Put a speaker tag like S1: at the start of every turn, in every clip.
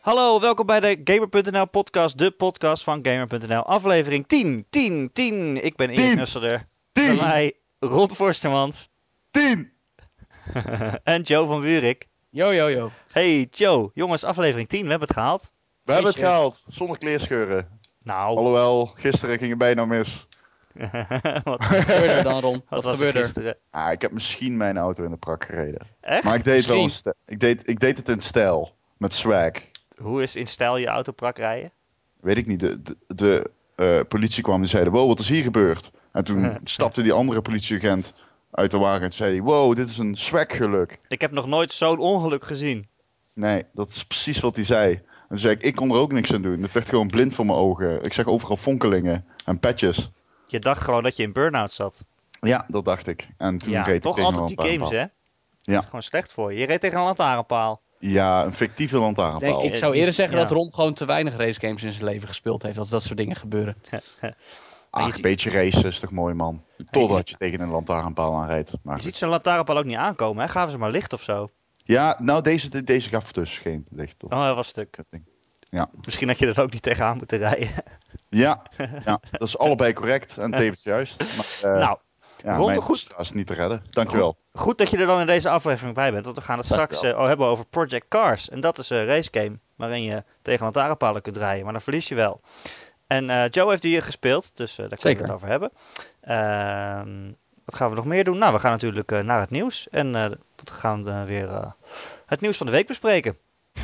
S1: Hallo, welkom bij de Gamer.nl podcast, de podcast van Gamer.nl, aflevering 10. Ik ben Erik Nusselder. Bij mij Ron Forstermans.
S2: 10!
S1: En Joe van Buurik.
S3: Yo.
S1: Hey Joe, jongens, aflevering 10, we hebben het gehaald.
S2: We hebben het gehaald, zonder kleerscheuren.
S1: Nou.
S2: Alhoewel, gisteren ging het bijna mis.
S1: Wat
S3: gebeurde er dan, Ron?
S1: Wat was er gisteren?
S2: Ik heb misschien mijn auto in de prak gereden.
S1: Echt?
S2: Maar ik deed ik deed het in stijl, met swag.
S1: Hoe is in stijl je auto prak rijden?
S2: Weet ik niet, de politie kwam en zeiden, wow, wat is hier gebeurd? En toen stapte die andere politieagent uit de wagen en zei hij, wow, dit is een swag geluk.
S1: Ik heb nog nooit zo'n ongeluk gezien.
S2: Nee, dat is precies wat hij zei. En toen zei ik kon er ook niks aan doen. Het werd gewoon blind voor mijn ogen. Ik zag overal fonkelingen en petjes.
S1: Je dacht gewoon dat je in burn-out zat.
S2: Ja, dat dacht ik. En toen reed ik
S1: toch
S2: tegen
S1: altijd
S2: een
S1: die games, hè?
S2: Ja.
S1: Dat is gewoon slecht voor je. Je reed tegen een lantaarnpaal.
S2: Ja, een fictieve lantaarnpaal.
S3: Ik zou eerder zeggen dat Ron gewoon te weinig racegames in zijn leven gespeeld heeft. Als dat soort dingen gebeuren.
S2: Een beetje racen is toch mooi, man. Totdat je tegen een lantaarnpaal aanrijdt.
S1: Je ziet zo'n lantaarnpaal ook niet aankomen, hè? Gaven ze maar licht of zo?
S2: Ja, nou deze gaf dus geen licht.
S1: Oh, dat was stuk.
S2: Ja.
S1: Misschien had je er ook niet tegenaan moeten rijden.
S2: Ja, dat is allebei correct en tevens juist. Maar,
S1: nou, Ron,
S2: mijn
S1: goed.
S2: is niet te redden. Dankjewel.
S1: Goed dat je er dan in deze aflevering bij bent, want we gaan het straks hebben over Project Cars. En dat is een racegame waarin je tegen lantaarnpalen kunt rijden, maar dan verlies je wel. En Joe heeft hier gespeeld, dus daar kunnen we het over hebben. Wat gaan we nog meer doen? Nou, we gaan natuurlijk naar het nieuws. En we gaan weer het nieuws van de week bespreken.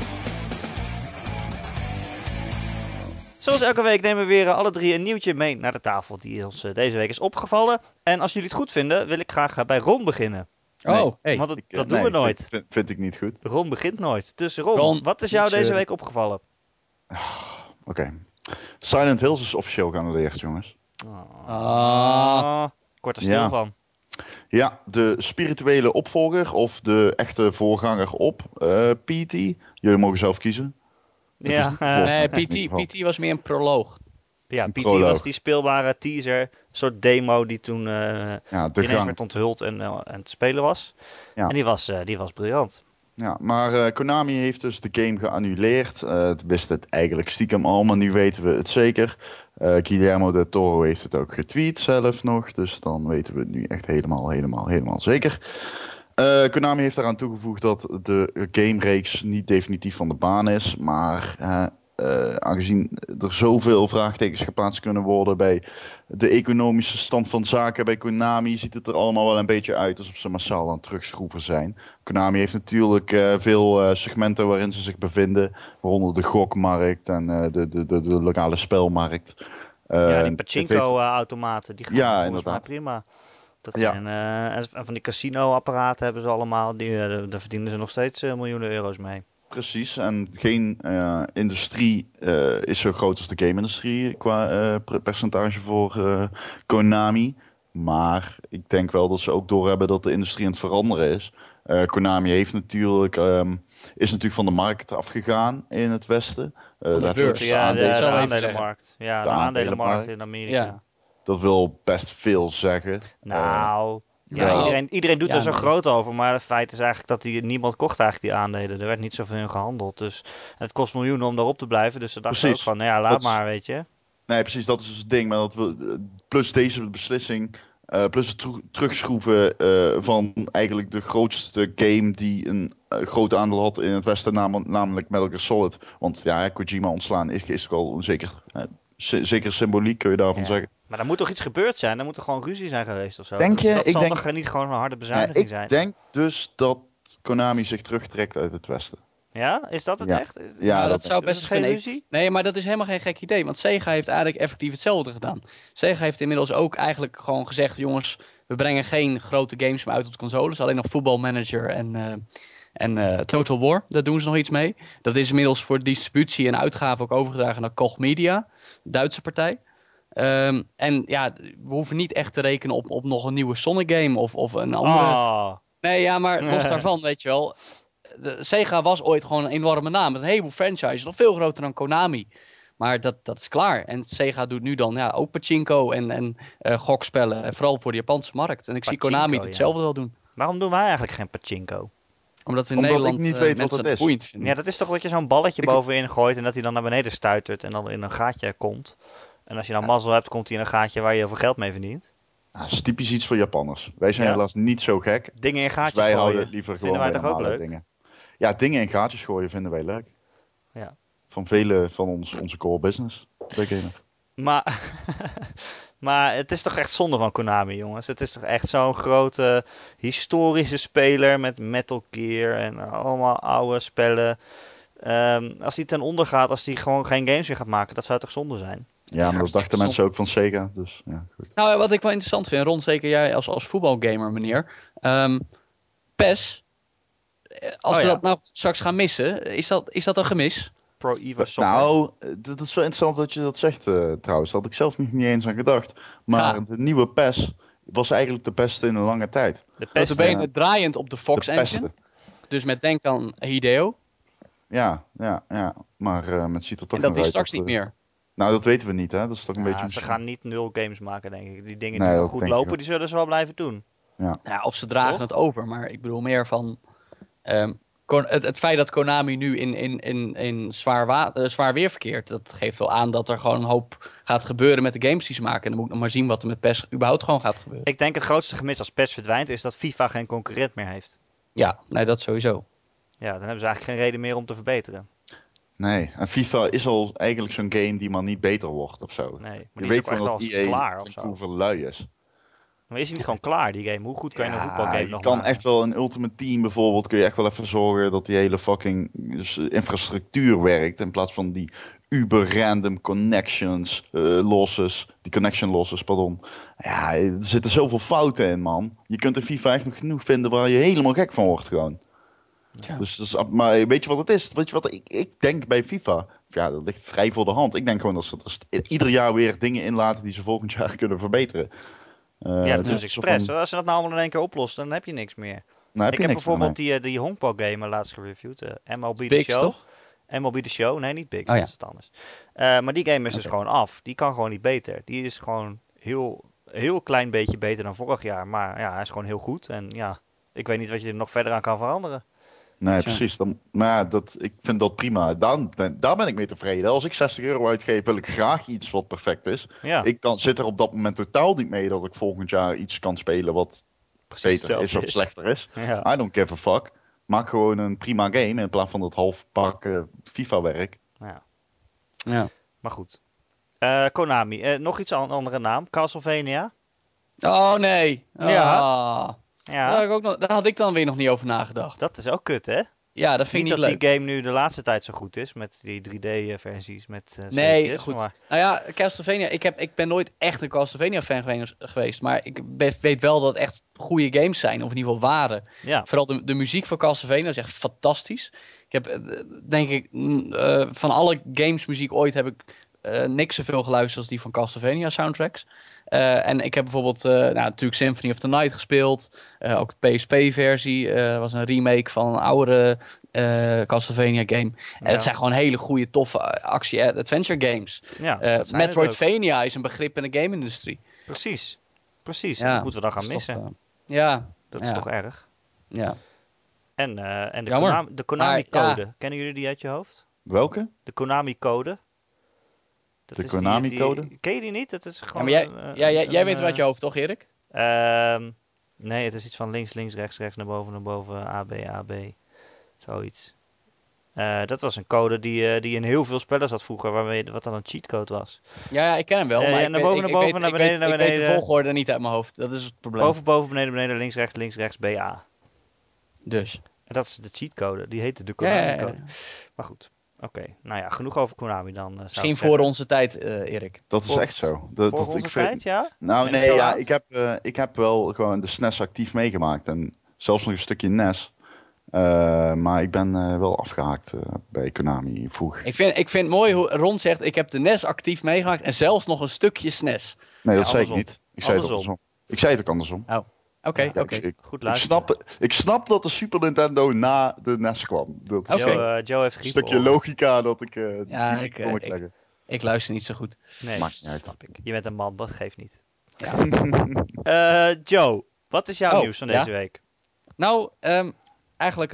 S1: Zoals elke week nemen we weer alle drie een nieuwtje mee naar de tafel die ons deze week is opgevallen. En als jullie het goed vinden, wil ik graag bij Ron beginnen.
S3: Want
S1: dat doen we nooit.
S2: Vind ik niet goed.
S1: Ron begint nooit. Dus Ron, wat is jou deze week opgevallen?
S2: Oké. Silent Hills is officieel geannuleerd, jongens.
S1: Kort er stil van.
S2: Ja, de spirituele opvolger of de echte voorganger op PT. Jullie mogen zelf kiezen.
S3: Nee, PT was meer een proloog.
S1: Ja, PT was die speelbare teaser, een soort demo die toen ineens werd onthuld en te spelen was. Ja. En die was briljant.
S2: Ja, maar Konami heeft dus de game geannuleerd. Wist het eigenlijk stiekem al, maar nu weten we het zeker. Guillermo del Toro heeft het ook getweet zelf nog, dus dan weten we het nu echt helemaal zeker. Konami heeft daaraan toegevoegd dat de gamereeks niet definitief van de baan is, maar aangezien er zoveel vraagtekens geplaatst kunnen worden bij de economische stand van zaken bij Konami, ziet het er allemaal wel een beetje uit alsof ze massaal aan het terugschroeven zijn. Konami heeft natuurlijk veel segmenten waarin ze zich bevinden, waaronder de gokmarkt en de lokale spelmarkt.
S1: Die pachinko-automaten, die gaan volgens mij prima. Dat zijn, en van die casino-apparaten hebben ze allemaal, daar verdienen ze nog steeds miljoenen euro's mee.
S2: Precies, en geen industrie is zo groot als de game-industrie qua percentage voor Konami. Maar ik denk wel dat ze ook doorhebben dat de industrie aan het veranderen is. Konami is natuurlijk van de markt afgegaan in het Westen.
S1: De aandelenmarkt. Ja, de aandelenmarkt in Amerika.
S2: Ja. Dat wil best veel zeggen.
S1: Nou... iedereen doet er zo groot over, maar het feit is eigenlijk dat niemand kocht eigenlijk die aandelen. Er werd niet zoveel in gehandeld, dus het kost miljoenen om daarop te blijven. Dus ze dachten ook van, laat maar, weet je.
S2: Nee, precies, dat is dus het ding. Maar plus deze beslissing, plus het terugschroeven van eigenlijk de grootste game die een groot aandeel had in het Westen, namelijk Metal Gear Solid. Want Kojima ontslaan is wel een zeker symboliek, kun je daarvan zeggen.
S1: Maar er moet toch iets gebeurd zijn? Er moet toch gewoon ruzie zijn geweest of zo?
S2: Denk je?
S1: Dat zal toch niet gewoon een harde bezuiniging zijn?
S2: Ik denk dus dat Konami zich terugtrekt uit het Westen.
S1: Ja? Is dat het echt?
S3: Ja, dat zou best geen ruzie. Nee, maar dat is helemaal geen gek idee. Want Sega heeft eigenlijk effectief hetzelfde gedaan. Sega heeft inmiddels ook eigenlijk gewoon gezegd, jongens, we brengen geen grote games meer uit op de consoles. Alleen nog Football Manager en Total War. Daar doen ze nog iets mee. Dat is inmiddels voor distributie en uitgave ook overgedragen naar Koch Media, Duitse partij. En we hoeven niet echt te rekenen op nog een nieuwe Sonic game of een andere. Nee, maar los daarvan, weet je wel. Sega was ooit gewoon een enorme naam met een heleboel franchises, nog veel groter dan Konami. Maar dat is klaar. En Sega doet nu dan ook pachinko en gokspellen, vooral voor de Japanse markt. En ik zie Konami hetzelfde wel doen.
S1: Waarom doen wij eigenlijk geen pachinko?
S3: Omdat Nederland
S2: ik niet weet wat het is.
S3: Boeiend vinden.
S1: Ja, dat is toch dat je zo'n balletje bovenin gooit en dat hij dan naar beneden stuitert en dan in een gaatje komt. En als je dan mazzel hebt, komt hij in een gaatje waar je heel veel geld mee verdient.
S2: Dat is typisch iets voor Japanners. Wij zijn helaas niet zo gek.
S1: Dingen in gaatjes
S2: dus wij
S1: gooien.
S2: houden liever
S1: Vinden wij toch ook leuk?
S2: dingen. Ja, dingen in gaatjes gooien vinden wij leuk.
S1: Ja.
S2: Van vele van onze core business.
S1: Maar het is toch echt zonde van Konami, jongens. Het is toch echt zo'n grote historische speler met Metal Gear en allemaal oude spellen. Als die ten onder gaat, als die gewoon geen games meer gaat maken, dat zou toch zonde zijn?
S2: Ja, maar dat dachten mensen ook van Sega. Dus, ja, goed.
S3: Nou, wat ik wel interessant vind, Ron, zeker jij als voetbalgamer, meneer. PES, als we dat nou straks gaan missen, is dat een gemis?
S1: Pro Evo Soccer.
S2: Nou, dat is wel interessant dat je dat zegt trouwens. Dat had ik zelf niet eens aan gedacht. Maar de nieuwe PES was eigenlijk de beste in een lange tijd.
S3: De beste draaiend op de Fox Engine. Dus met denk aan Hideo.
S2: Ja. Maar het ziet er toch
S3: en dat is straks niet meer.
S2: Nou, dat weten we niet, hè. Dat is toch een beetje...
S1: Ze gaan niet 0 games maken, denk ik. Die dingen die nog goed lopen, die zullen ze wel blijven doen.
S2: Ja.
S3: Of ze dragen het over, maar ik bedoel meer van... het feit dat Konami nu in zwaar weer verkeert, dat geeft wel aan dat er gewoon een hoop gaat gebeuren met de games die ze maken. En dan moet ik nog maar zien wat er met PES überhaupt gewoon gaat gebeuren.
S1: Ik denk het grootste gemis als PES verdwijnt is dat FIFA geen concurrent meer heeft.
S3: Ja, nee, dat sowieso.
S1: Ja, dan hebben ze eigenlijk geen reden meer om te verbeteren.
S2: Nee, en FIFA is al eigenlijk zo'n game die maar niet beter wordt of zo.
S1: Nee, maar
S2: je weet wel dat EA hoeveel lui is.
S1: Maar is hij niet gewoon klaar, die game? Hoe goed kan je een voetbalgame nog maken?
S2: Je kan echt wel een Ultimate Team bijvoorbeeld, kun je echt wel even zorgen dat die hele fucking infrastructuur werkt. In plaats van die uber-random connections, die connection losses, pardon. Ja, er zitten zoveel fouten in, man. Je kunt in FIFA echt nog genoeg vinden waar je helemaal gek van wordt gewoon. Ja. Dus, maar weet je wat het is? Weet je wat ik denk bij FIFA? Ja, dat ligt vrij voor de hand. Ik denk gewoon dat ze ieder jaar weer dingen inlaten die ze volgend jaar kunnen verbeteren.
S1: Ja, dat is expres. Als ze dat nou allemaal in één keer oplost, dan heb je niks meer. Ik heb bijvoorbeeld die Hongpo game laatst gereviewd. MLB The
S3: Biggs,
S1: Show.
S3: Toch?
S1: MLB The Show? Nee, niet Biggs. Dat is het anders. Maar die game is dus gewoon af. Die kan gewoon niet beter. Die is gewoon heel klein beetje beter dan vorig jaar. Maar ja, hij is gewoon heel goed. En ja, ik weet niet wat je er nog verder aan kan veranderen.
S2: Nee, precies. Ik vind dat prima. Daar ben ik mee tevreden. Als ik €60 uitgeef, wil ik graag iets wat perfect is.
S1: Ja.
S2: Ik zit er op dat moment totaal niet mee dat ik volgend jaar iets kan spelen wat beter is of slechter is.
S1: Ja.
S2: I don't give a fuck. Maak gewoon een prima game in plaats van dat halfpak FIFA-werk.
S1: Ja. Maar goed. Konami. Nog iets aan een andere naam. Castlevania.
S3: Oh nee.
S1: Ja.
S3: Daar had ik dan weer nog niet over nagedacht.
S1: Dat is ook kut, hè?
S3: Ja, dat vind ik niet
S1: dat
S3: leuk.
S1: Die game nu de laatste tijd zo goed is met die 3D-versies.
S3: Nee, goed. Maar... Nou ja, Castlevania. Ik ben nooit echt een Castlevania-fan geweest. Maar ik weet wel dat het echt goede games zijn. Of in ieder geval waren.
S1: Ja.
S3: Vooral de muziek van Castlevania is echt fantastisch. Ik heb, denk ik, van alle gamesmuziek ooit heb ik niks zoveel geluisterd als die van Castlevania soundtracks. En ik heb bijvoorbeeld natuurlijk Symphony of the Night gespeeld. Ook de PSP-versie was een remake van een oudere Castlevania game. En het zijn gewoon hele goede, toffe actie-adventure games.
S1: Ja,
S3: Metroidvania is een begrip in de game-industrie.
S1: Precies. Ja, dat moeten we dan gaan missen. Dat is toch erg.
S3: Ja.
S1: En de Konami-code. Kennen jullie die uit je hoofd?
S2: Welke?
S1: De Konami-code.
S2: De Konami-code?
S1: Ken je die niet? Dat is gewoon...
S3: Ja, maar jij weet het uit je hoofd, toch Erik?
S1: Nee, het is iets van links, rechts, naar boven, AB. Zoiets. Dat was een code die in heel veel spellen zat vroeger, wat dan een cheatcode was.
S3: Ja, ik ken hem wel. Maar
S1: naar boven, naar beneden.
S3: Ik weet de volgorde niet uit mijn hoofd. Dat is het probleem.
S1: Boven, beneden, links, rechts, BA.
S3: Dus.
S1: En dat is de cheatcode. Die heette de Konami-code. Maar goed. Oké, nou ja, genoeg over Konami dan.
S3: Misschien voor onze tijd, Erik.
S2: Dat is echt zo.
S1: Voor onze tijd, ja?
S2: Nou nee, ja, ik heb wel gewoon de SNES actief meegemaakt. En zelfs nog een stukje NES. Maar ik ben wel afgehaakt bij Konami vroeg.
S3: Ik vind het mooi hoe Ron zegt, ik heb de NES actief meegemaakt en zelfs nog een stukje SNES.
S2: Nee, dat zei ik niet. Ik zei het andersom. Ik zei het ook andersom.
S3: Oh. Oké.
S1: Goed luisteren.
S2: Ik snap dat de Super Nintendo na de NES kwam. Dat is
S1: Joe heeft
S2: een stukje logica dat ik
S3: ik luister niet zo goed.
S1: Nee, dat snap ik. Je bent een man, dat geeft niet.
S3: Ja.
S1: Joe, wat is jouw nieuws van deze week?
S3: Nou, eigenlijk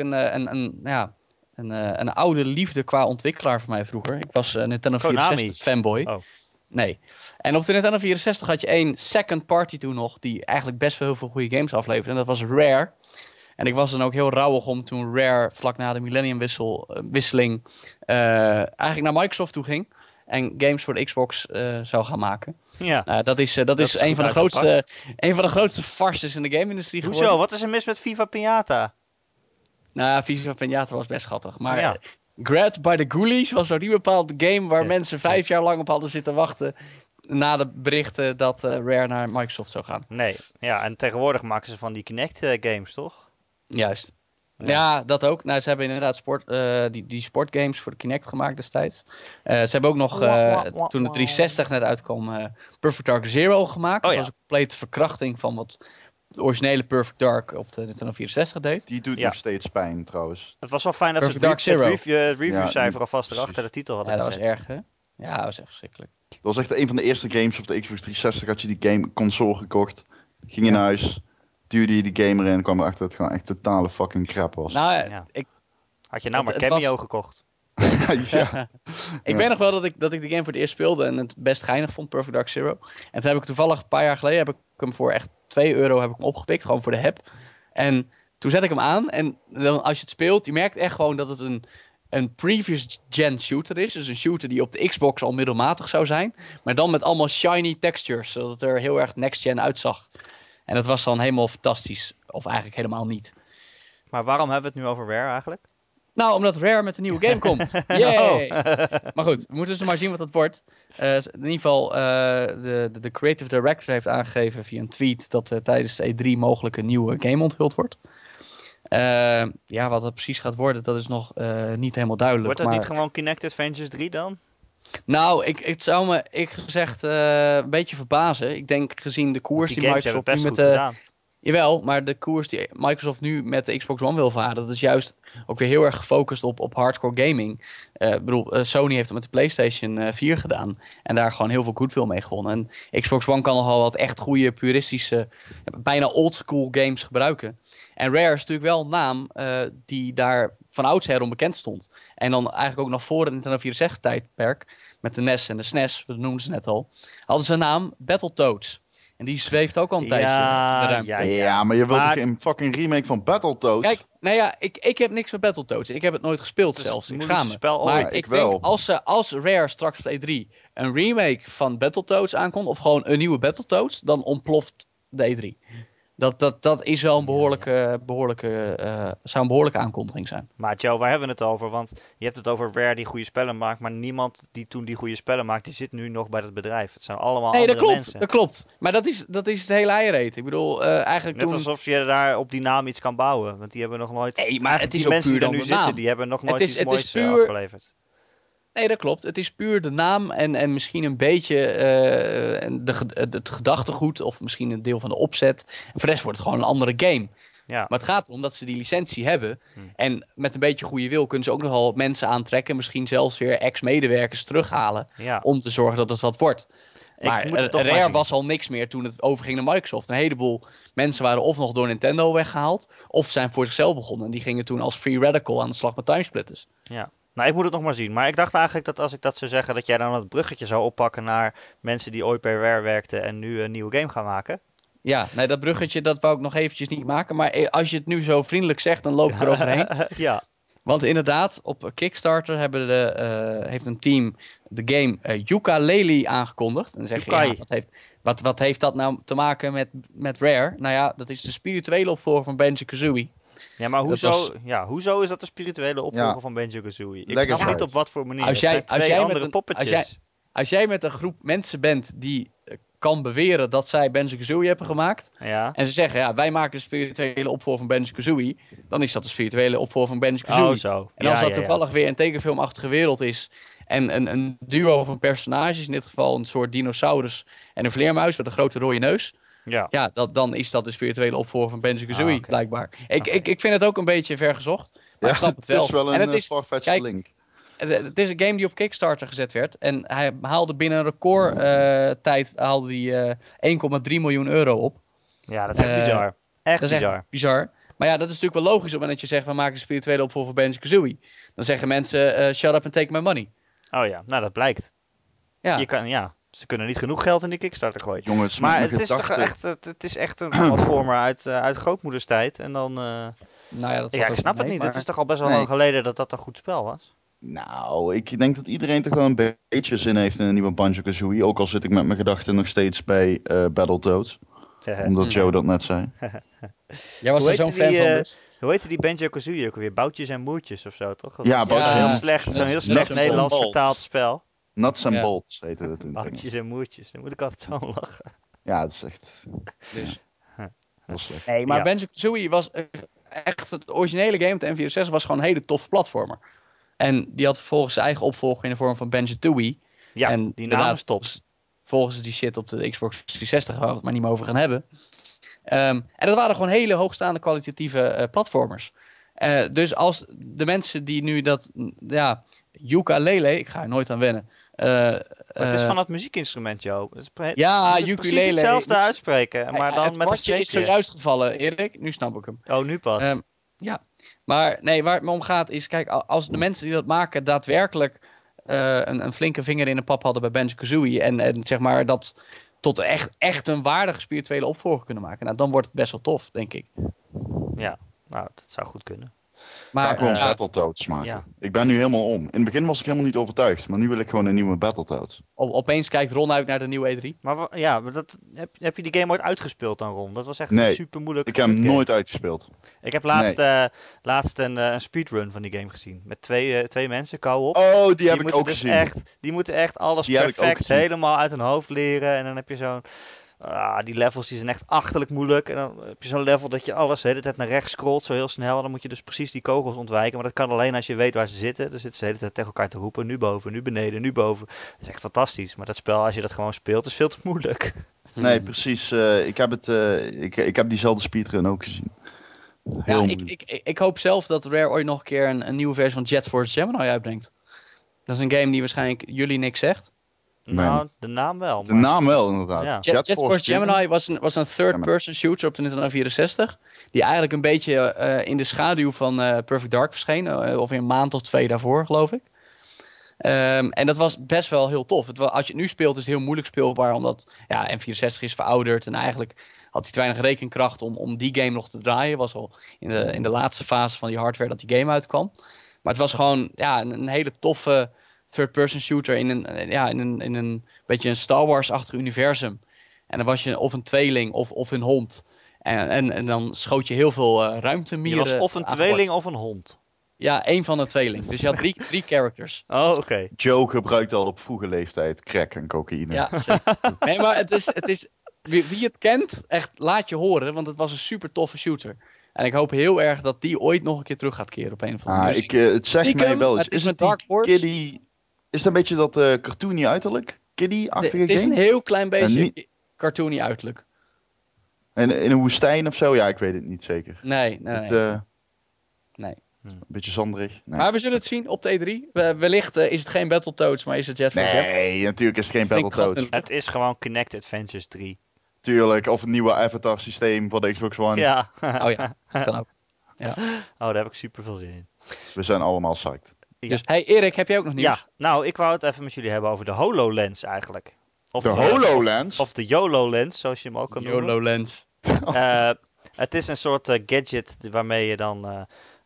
S3: een oude liefde qua ontwikkelaar van mij vroeger. Ik was Nintendo 64 fanboy.
S1: Oh.
S3: Nee. En op de Nintendo 64 had je één second party toen nog, die eigenlijk best wel heel veel goede games afleverde. En dat was Rare. En ik was dan ook heel rauwig om toen Rare vlak na de Millennium-wisseling eigenlijk naar Microsoft toe ging. En games voor de Xbox zou gaan maken.
S1: Ja.
S3: Dat is een van de grootste farces in de game-industrie geworden.
S1: Hoezo? Wat is er mis met Viva Pinata?
S3: Nou, Viva Pinata was best schattig. Maar Grabbed by the Ghoulies was ook niet bepaald de game waar mensen 5 jaar lang op hadden zitten wachten. Na de berichten dat Rare naar Microsoft zou gaan.
S1: Nee, ja, en tegenwoordig maken ze van die Kinect games, toch?
S3: Juist. Ja, dat ook. Nou, ze hebben inderdaad die sportgames voor de Kinect gemaakt destijds. Ze hebben ook nog, toen de 360 net uitkwam, Perfect Dark Zero gemaakt. Dat was een complete verkrachting van wat de originele Perfect Dark op de Nintendo 64 deed.
S2: Die doet nog steeds pijn, trouwens.
S1: Het was wel fijn dat
S3: Perfect
S1: ze het reviewcijfer alvast erachter de titel hadden gezet.
S3: Dat was erg, hè? Ja, dat was echt verschrikkelijk.
S2: Dat was echt een van de eerste games op de Xbox 360. Had je die game console gekocht, ging in huis, duwde je die game erin en kwam erachter dat het gewoon echt totale fucking crap was.
S3: Nou,
S1: had je nou maar Cameo gekocht?
S3: Ik weet nog wel dat ik de game voor het eerst speelde en het best geinig vond, Perfect Dark Zero. En toen heb ik toevallig een paar jaar geleden, heb ik hem voor echt €2 heb ik hem opgepikt, gewoon voor de heb. En toen zet ik hem aan en dan, als je het speelt, je merkt echt gewoon dat het een previous gen shooter is. Dus een shooter die op de Xbox al middelmatig zou zijn. Maar dan met allemaal shiny textures, zodat het er heel erg next gen uitzag. En dat was dan helemaal fantastisch. Of eigenlijk helemaal niet.
S1: Maar waarom hebben we het nu over Rare eigenlijk?
S3: Nou, omdat Rare met een nieuwe game komt. Yay! Maar goed, we moeten dus maar zien wat het wordt. In ieder geval, de creative director heeft aangegeven via een tweet dat tijdens de E3 mogelijk een nieuwe game onthuld wordt. Wat het precies gaat worden, dat is nog niet helemaal duidelijk.
S1: Wordt dat niet gewoon Kinect Adventures 3 dan?
S3: Nou, het zou me gezegd een beetje verbazen. Ik denk gezien de koers die Microsoft nu met de... Jawel, maar de koers die Microsoft nu met de Xbox One wil varen, dat is juist ook weer heel erg gefocust op hardcore gaming. Sony heeft het met de PlayStation 4 gedaan en daar gewoon heel veel goodwill mee gewonnen. En Xbox One kan nogal wat echt goede, puristische, bijna oldschool games gebruiken. En Rare is natuurlijk wel een naam die daar van oudsher onbekend stond. En dan eigenlijk ook nog voor het Nintendo 64 tijdperk, met de NES en de SNES, dat noemden ze net al, hadden ze een naam Battletoads. En die zweeft ook al een tijdje in de ruimte.
S2: Ja, maar je wilt toch een fucking remake van Battletoads?
S3: Kijk, nou ja, ik heb niks met Battletoads. Ik heb het nooit gespeeld zelfs. Ik schaam me. Maar ik denk, als Rare straks op E3 een remake van Battletoads aankomt, of gewoon een nieuwe Battletoads, dan ontploft de E3. Dat is wel een zou een behoorlijke aankondiging zijn.
S1: Maar Joe, waar hebben we het over? Want je hebt het over Rare die goede spellen maakt, maar niemand die toen die goede spellen maakt, die zit nu nog bij het bedrijf. Het zijn allemaal andere mensen.
S3: Dat klopt. Maar dat is het hele eierreet. Ik bedoel, eigenlijk
S1: net alsof je daar op die naam iets kan bouwen. Want die hebben nog nooit...
S3: Nee, maar het is
S1: die
S3: ook
S1: mensen
S3: puur
S1: die er nu zitten, die hebben nog nooit iets moois afgeleverd.
S3: Nee, dat klopt. Het is puur de naam en misschien een beetje het gedachtegoed of misschien een deel van de opzet. En voor de rest wordt het gewoon een andere game. Ja. Maar het gaat erom dat ze die licentie hebben. En met een beetje goede wil kunnen ze ook nogal mensen aantrekken. Misschien zelfs weer ex-medewerkers terughalen. Ja. Om te zorgen dat het wat wordt. Maar Rare was al niks meer toen het overging naar Microsoft. Een heleboel mensen waren of nog door Nintendo weggehaald, of zijn voor zichzelf begonnen. En die gingen toen als Free Radical aan de slag met Timesplitters.
S1: Ja. Nou, ik moet het nog maar zien. Maar ik dacht eigenlijk dat als ik dat zou zeggen, dat jij dan het bruggetje zou oppakken naar mensen die ooit bij Rare werkten en nu een nieuwe game gaan maken.
S3: Ja, nee, dat bruggetje dat wou ik nog eventjes niet maken. Maar als je het nu zo vriendelijk zegt, dan loop ik eroverheen.
S1: Ja.
S3: Want inderdaad, op Kickstarter heeft een team de game Yooka-Laylee aangekondigd. En dan zeg je, wat heeft dat nou te maken met Rare? Nou ja, dat is de spirituele opvolger van Banjo-Kazooie.
S1: Ja, maar hoezo is dat de spirituele opvolger van Banjo-Kazooie? Ik snap niet op wat voor manier. Het zijn twee andere poppetjes.
S3: Als jij met een groep mensen bent die kan beweren dat zij Banjo-Kazooie hebben gemaakt.
S1: Ja.
S3: En ze zeggen, wij maken de spirituele opvolger van Banjo-Kazooie. Dan is dat de spirituele opvolger van Banjo-Kazooie.
S1: Oh, zo.
S3: En als dat toevallig weer een tekenfilmachtige wereld is. En een duo van personages. In dit geval een soort dinosaurus en een vleermuis met een grote rode neus. Ja, dan is dat de spirituele opvolger van Banjo-Kazooie, blijkbaar. Ik vind het ook een beetje vergezocht. Maar ik snap het wel.
S2: Het is wel een far-fetched link.
S3: Het is een game die op Kickstarter gezet werd. En hij haalde binnen een record tijd 1,3 miljoen euro op.
S1: Ja, dat is echt bizar. Echt
S3: bizar. Maar ja, dat is natuurlijk wel logisch op het moment dat je zegt, we maken een spirituele opvolger voor Banjo-Kazooie. Dan zeggen mensen, shut up and take my money.
S1: Oh ja, nou dat blijkt.
S3: Ja.
S1: Ze kunnen niet genoeg geld in die Kickstarter gooien.
S2: Jongens,
S1: maar het is echt een platformer uit grootmoederstijd. En dan... ik snap het niet. Het is toch al best wel lang geleden dat een goed spel was?
S2: Nou, ik denk dat iedereen toch wel een beetje zin heeft in een nieuwe Banjo-Kazooie. Ook al zit ik met mijn gedachten nog steeds bij Battletoads. Omdat Joe dat net zei.
S3: Jij was er zo'n fan van dus?
S1: Hoe heette die Banjo-Kazooie ook weer? Boutjes en Moertjes of zo, toch? Zo'n heel slecht Nederlands vertaald spel.
S2: Nuts and Bolts heette het toen.
S1: Boutjes en Moertjes, daar moet ik altijd zo lachen.
S2: Ja, het is echt... heel slecht.
S3: Nee, maar Banjo-Kazooie was echt... Het originele game op de N64 was gewoon een hele toffe platformer. En die had vervolgens zijn eigen opvolger in de vorm van Banjo-Tooie.
S1: Ja, en die naam is top.
S3: Volgens die shit op de Xbox 360, waar we het maar niet meer over gaan hebben. En dat waren gewoon hele hoogstaande kwalitatieve platformers. Dus als de mensen die nu dat... ukulele, ik ga er nooit aan wennen.
S1: Het is van het muziekinstrument, Joe.
S3: Ukulele.
S1: Precies hetzelfde uitspreken, maar dan met een
S3: streepje. Is zojuist gevallen, Erik. Nu snap ik hem.
S1: Oh, nu pas.
S3: Maar nee, waar het me om gaat is... Kijk, als de mensen die dat maken daadwerkelijk... een flinke vinger in de pap hadden bij Banjo-Kazooie... en zeg maar dat tot echt een waardige spirituele opvolger kunnen maken... Nou, dan wordt het best wel tof, denk ik.
S1: Ja, nou, dat zou goed kunnen.
S2: Maar ik wil een Battletoads maken. Ja. Ik ben nu helemaal om. In het begin was ik helemaal niet overtuigd, maar nu wil ik gewoon een nieuwe Battletoads.
S3: Opeens kijkt Ron uit naar de nieuwe E3.
S1: Maar heb je die game ooit uitgespeeld dan, Ron? Dat was echt super moeilijk.
S2: Ik heb hem nooit uitgespeeld.
S1: Ik heb laatst een speedrun van die game gezien. Met twee mensen, co-op.
S2: Oh, die heb ik ook gezien.
S1: Die moeten echt alles perfect helemaal uit hun hoofd leren. En dan heb je zo'n... die levels die zijn echt achterlijk moeilijk. En dan heb je zo'n level dat je alles de hele tijd naar rechts scrolt, zo heel snel. Dan moet je dus precies die kogels ontwijken. Maar dat kan alleen als je weet waar ze zitten. Dan zitten ze de hele tijd tegen elkaar te roepen. Nu boven, nu beneden, nu boven. Dat is echt fantastisch. Maar dat spel, als je dat gewoon speelt, is veel te moeilijk.
S2: Nee, precies. Ik heb diezelfde speedrun ook gezien.
S3: Ik hoop zelf dat Rare ooit nog een keer een nieuwe versie van Jet Force Gemini uitbrengt. Dat is een game die waarschijnlijk jullie niks zegt.
S1: Nou, de naam wel.
S2: Maar... De naam wel, inderdaad.
S3: Ja. Jet Force Gemini was een third-person shooter op de Nintendo 64. Die eigenlijk een beetje in de schaduw van Perfect Dark verscheen. Of een maand of 2 daarvoor, geloof ik. En dat was best wel heel tof. Als je het nu speelt is het heel moeilijk speelbaar. Omdat N64 is verouderd. En eigenlijk had hij te weinig rekenkracht om die game nog te draaien. Was al in de laatste fase van die hardware dat die game uitkwam. Maar het was gewoon een hele toffe... third-person shooter in een beetje een Star Wars-achtig universum. En dan was je of een tweeling of een hond. En dan schoot je heel veel ruimtemieren.
S1: Je was of een tweeling of een hond.
S3: Ja, één van de tweeling. Dus je had drie characters.
S1: Oh, oké.
S2: Joe gebruikte al op vroege leeftijd crack en cocaïne.
S3: Ja, zeker. Nee, maar het is wie het kent, echt laat je horen. Want het was een super toffe shooter. En ik hoop heel erg dat die ooit nog een keer terug gaat keren op een of andere
S2: manier. Het zegt mij wel iets.
S3: Is het Dark Force?
S2: Is dat een beetje dat cartoony uiterlijk? Kiddie-achtige game?
S3: Het is een heel klein beetje cartoony uiterlijk.
S2: En in een woestijn of zo? Ja, ik weet het niet zeker.
S3: Nee.
S2: Een beetje zanderig. Nee.
S3: Maar we zullen het zien op de E3. Wellicht is het geen Battletoads, maar is het Jet Force.
S2: Nee, natuurlijk is het geen Battletoads.
S1: Het is gewoon Kinect Adventures 3.
S2: Tuurlijk, of een nieuwe avatar systeem voor de Xbox One.
S1: Ja.
S3: Oh ja, dat kan ook. Ja.
S1: Daar heb ik super veel zin in.
S2: We zijn allemaal psyched.
S3: Ja. Dus, hey Erik, heb jij ook nog nieuws?
S1: Ja, nou, ik wou het even met jullie hebben over de HoloLens eigenlijk.
S2: Of de HoloLens?
S1: Of de YOLO-lens, zoals je hem ook kan noemen.
S3: YOLO-lens.
S1: Het is een soort gadget waarmee je dan...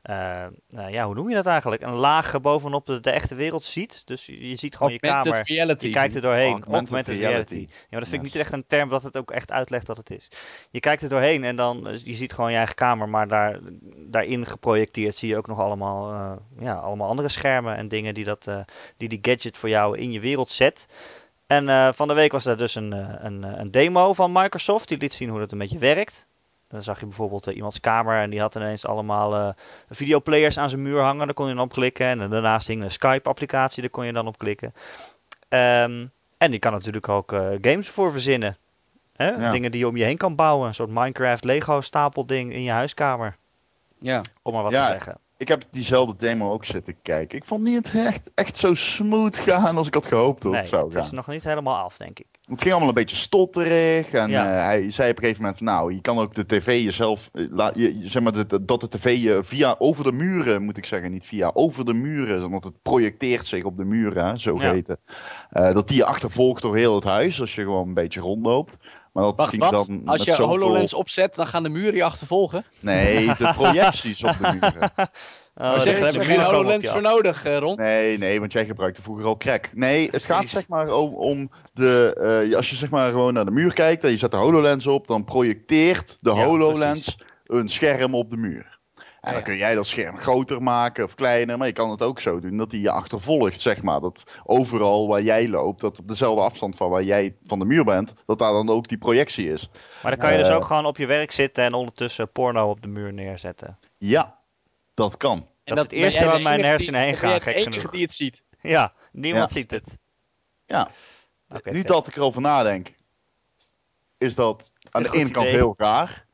S1: hoe noem je dat eigenlijk? Een laag bovenop de echte wereld ziet. Dus je ziet gewoon
S3: Augmented
S1: je kamer.
S3: Reality.
S1: Je kijkt er doorheen.
S2: Augmented reality.
S1: Ja, maar dat vind ik niet echt een term dat het ook echt uitlegt wat het is. Je kijkt er doorheen en dan je ziet gewoon je eigen kamer, maar daarin geprojecteerd zie je ook nog allemaal andere schermen en dingen die gadget voor jou in je wereld zet. En van de week was er dus een demo van Microsoft. Die liet zien hoe dat een beetje werkt. Dan zag je bijvoorbeeld iemands kamer en die had ineens allemaal videoplayers aan zijn muur hangen. Daar kon je dan op klikken. En daarnaast hing een Skype-applicatie, daar kon je dan op klikken. En die kan natuurlijk ook games voor verzinnen. Hè? Ja. Dingen die je om je heen kan bouwen. Een soort Minecraft Lego stapelding in je huiskamer.
S3: Ja.
S1: Om maar wat te zeggen.
S2: Ik heb diezelfde demo ook zitten kijken. Ik vond niet echt zo smooth gaan als ik had gehoopt dat het zou gaan.
S1: Het is nog niet helemaal af, denk ik.
S2: Het ging allemaal een beetje stotterig. En hij zei op een gegeven moment, nou, je kan ook de tv jezelf... zeg maar dat de tv je over de muren, moet ik zeggen. Niet over de muren. Want het projecteert zich op de muren, zo heet. Dat die je achtervolgt door heel het huis. Als je gewoon een beetje rondloopt. Maar dat
S3: Wacht, wat? Als je HoloLens opzet, dan gaan de muren je achtervolgen?
S2: Nee, de projecties op de muren.
S3: Daar heb ik geen HoloLens voor nodig, Ron.
S2: Nee, want jij gebruikte vroeger al crack. Nee, het gaat zeg maar om als je zeg maar gewoon naar de muur kijkt en je zet de HoloLens op, dan projecteert de HoloLens een scherm op de muur. En dan kun jij dat scherm groter maken of kleiner, maar je kan het ook zo doen dat hij je achtervolgt, zeg maar. Dat overal waar jij loopt, dat op dezelfde afstand van waar jij van de muur bent, dat daar dan ook die projectie is.
S1: Maar dan kan je dus ook gewoon op je werk zitten en ondertussen porno op de muur neerzetten.
S2: Ja, dat kan.
S1: En dat is het eerste waar mijn hersenen heen gaan, gek genoeg.
S3: De enige die het ziet.
S1: Ja, niemand ziet het.
S2: Ja, nu dat ik erover nadenk, is dat aan de ene kant heel raar.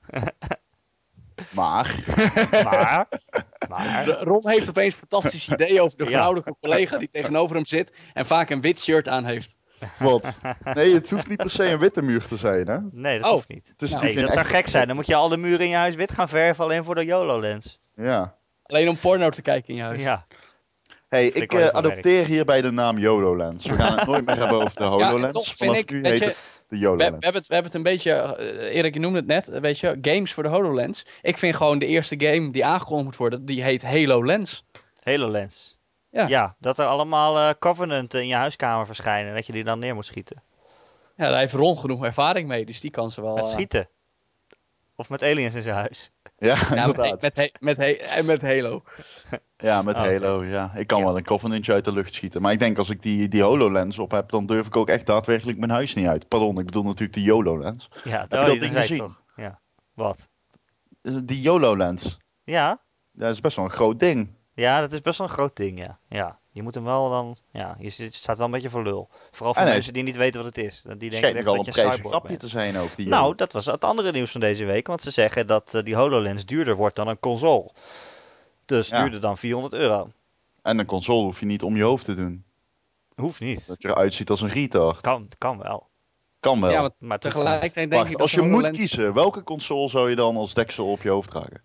S2: Maar
S3: Ron heeft opeens een fantastisch idee over de vrouwelijke collega die tegenover hem zit en vaak een wit shirt aan heeft.
S2: Wat? Nee, het hoeft niet per se een witte muur te zijn, hè?
S1: Nee, dat hoeft niet. Dat zou gek zijn. Dan moet je al de muren in je huis wit gaan verven alleen voor de HoloLens.
S2: Ja.
S3: Alleen om porno te kijken in je huis.
S1: Ja.
S2: Hey, ik adopteer hierbij de naam HoloLens. We gaan het nooit meer hebben over de HoloLens.
S3: Ja, toch vind ik, weet je,
S2: de HoloLens.
S3: We hebben het een beetje, Erik, je noemde het net, weet je, games voor de HoloLens. Ik vind gewoon de eerste game die aangekondigd moet worden, die heet HoloLens.
S1: HoloLens. Ja, dat er allemaal Covenant in je huiskamer verschijnen en dat je die dan neer moet schieten.
S3: Ja, daar heeft Ron genoeg ervaring mee, dus die kan ze wel...
S1: Met schieten? Of met aliens in zijn huis?
S2: Ja, inderdaad.
S3: Met Halo.
S2: Ja, met Halo, ja. Ik kan wel een Covenantje uit de lucht schieten. Maar ik denk als ik die HoloLens op heb, dan durf ik ook echt daadwerkelijk mijn huis niet uit. Pardon, ik bedoel natuurlijk die HoloLens.
S1: Ja, heb je dat ding gezien? Toch? Ja. Wat?
S2: Die HoloLens.
S1: Ja?
S2: Dat is best wel een groot ding.
S1: Ja, dat is best wel een groot ding, ja. Je moet hem wel dan... Ja, je staat wel een beetje voor lul. Vooral voor mensen die niet weten wat het is. Die denken echt dat je een cyborg
S2: grapje te zijn ook.
S1: Nou, dat was het andere nieuws van deze week. Want ze zeggen dat die HoloLens duurder wordt dan een console. Dus duurder dan €400.
S2: En een console hoef je niet om je hoofd te doen.
S1: Hoeft niet.
S2: Dat je eruit ziet als een retard.
S1: Kan wel.
S2: Kan wel.
S3: Ja, maar tegelijkertijd denk ik dat
S2: als je moet kiezen, welke console zou je dan als deksel op je hoofd dragen?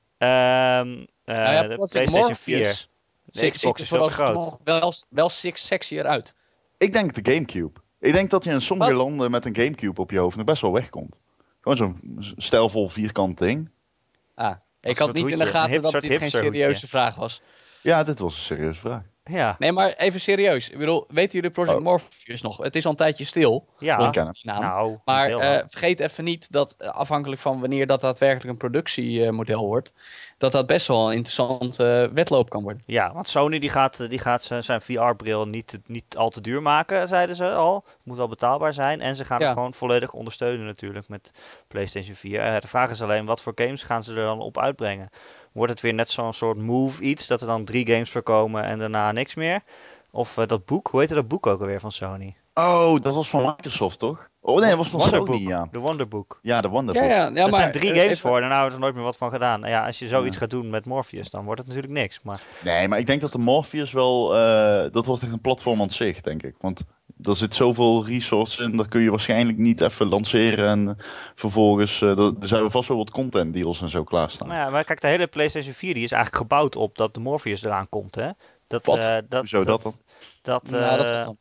S1: De PlayStation 4. De Xbox is veel te groot.
S3: Wel sexy eruit.
S2: Ik denk de Gamecube. Ik denk dat je in sommige landen met een Gamecube op je hoofd nog best wel wegkomt. Gewoon zo'n stijlvol vierkant ding.
S3: Ik had niet in de gaten dat dit geen serieuze vraag was.
S2: Ja, dit was een serieuze vraag.
S1: Ja.
S3: Nee, maar even serieus. Ik bedoel, weten jullie Project Morpheus nog? Het is al een tijdje stil.
S1: Ja,
S3: nou, maar vergeet even niet dat afhankelijk van wanneer dat daadwerkelijk een productiemodel wordt, dat best wel een interessante wedloop kan worden.
S1: Ja, want Sony die gaat zijn VR-bril niet al te duur maken, zeiden ze al. Het moet wel betaalbaar zijn. En ze gaan het gewoon volledig ondersteunen natuurlijk met PlayStation 4. De vraag is alleen, wat voor games gaan ze er dan op uitbrengen? Wordt het weer net zo'n soort Move iets, dat er dan 3 games voor komen en daarna niks meer? Of dat boek, hoe heette dat boek ook alweer van Sony?
S2: Oh, dat was van Microsoft, toch? Oh nee, dat was van Sony, ja.
S1: De Wonderbook.
S2: Ja, de Wonderbook.
S1: Ja, er zijn 3 games voor, daarna hebben we er nooit meer wat van gedaan. Nou ja, als je zoiets gaat doen met Morpheus, dan wordt het natuurlijk niks. Maar...
S2: Nee, maar ik denk dat de Morpheus wel, dat wordt echt een platform aan zich, denk ik. Want er zit zoveel resources in, daar kun je waarschijnlijk niet even lanceren en vervolgens, er zijn vast wel wat content deals en zo klaarstaan.
S1: Nou ja, maar kijk, de hele PlayStation 4 die is eigenlijk gebouwd op dat de Morpheus eraan komt, hè?
S2: Hoezo dat dan?
S3: Dat is dan.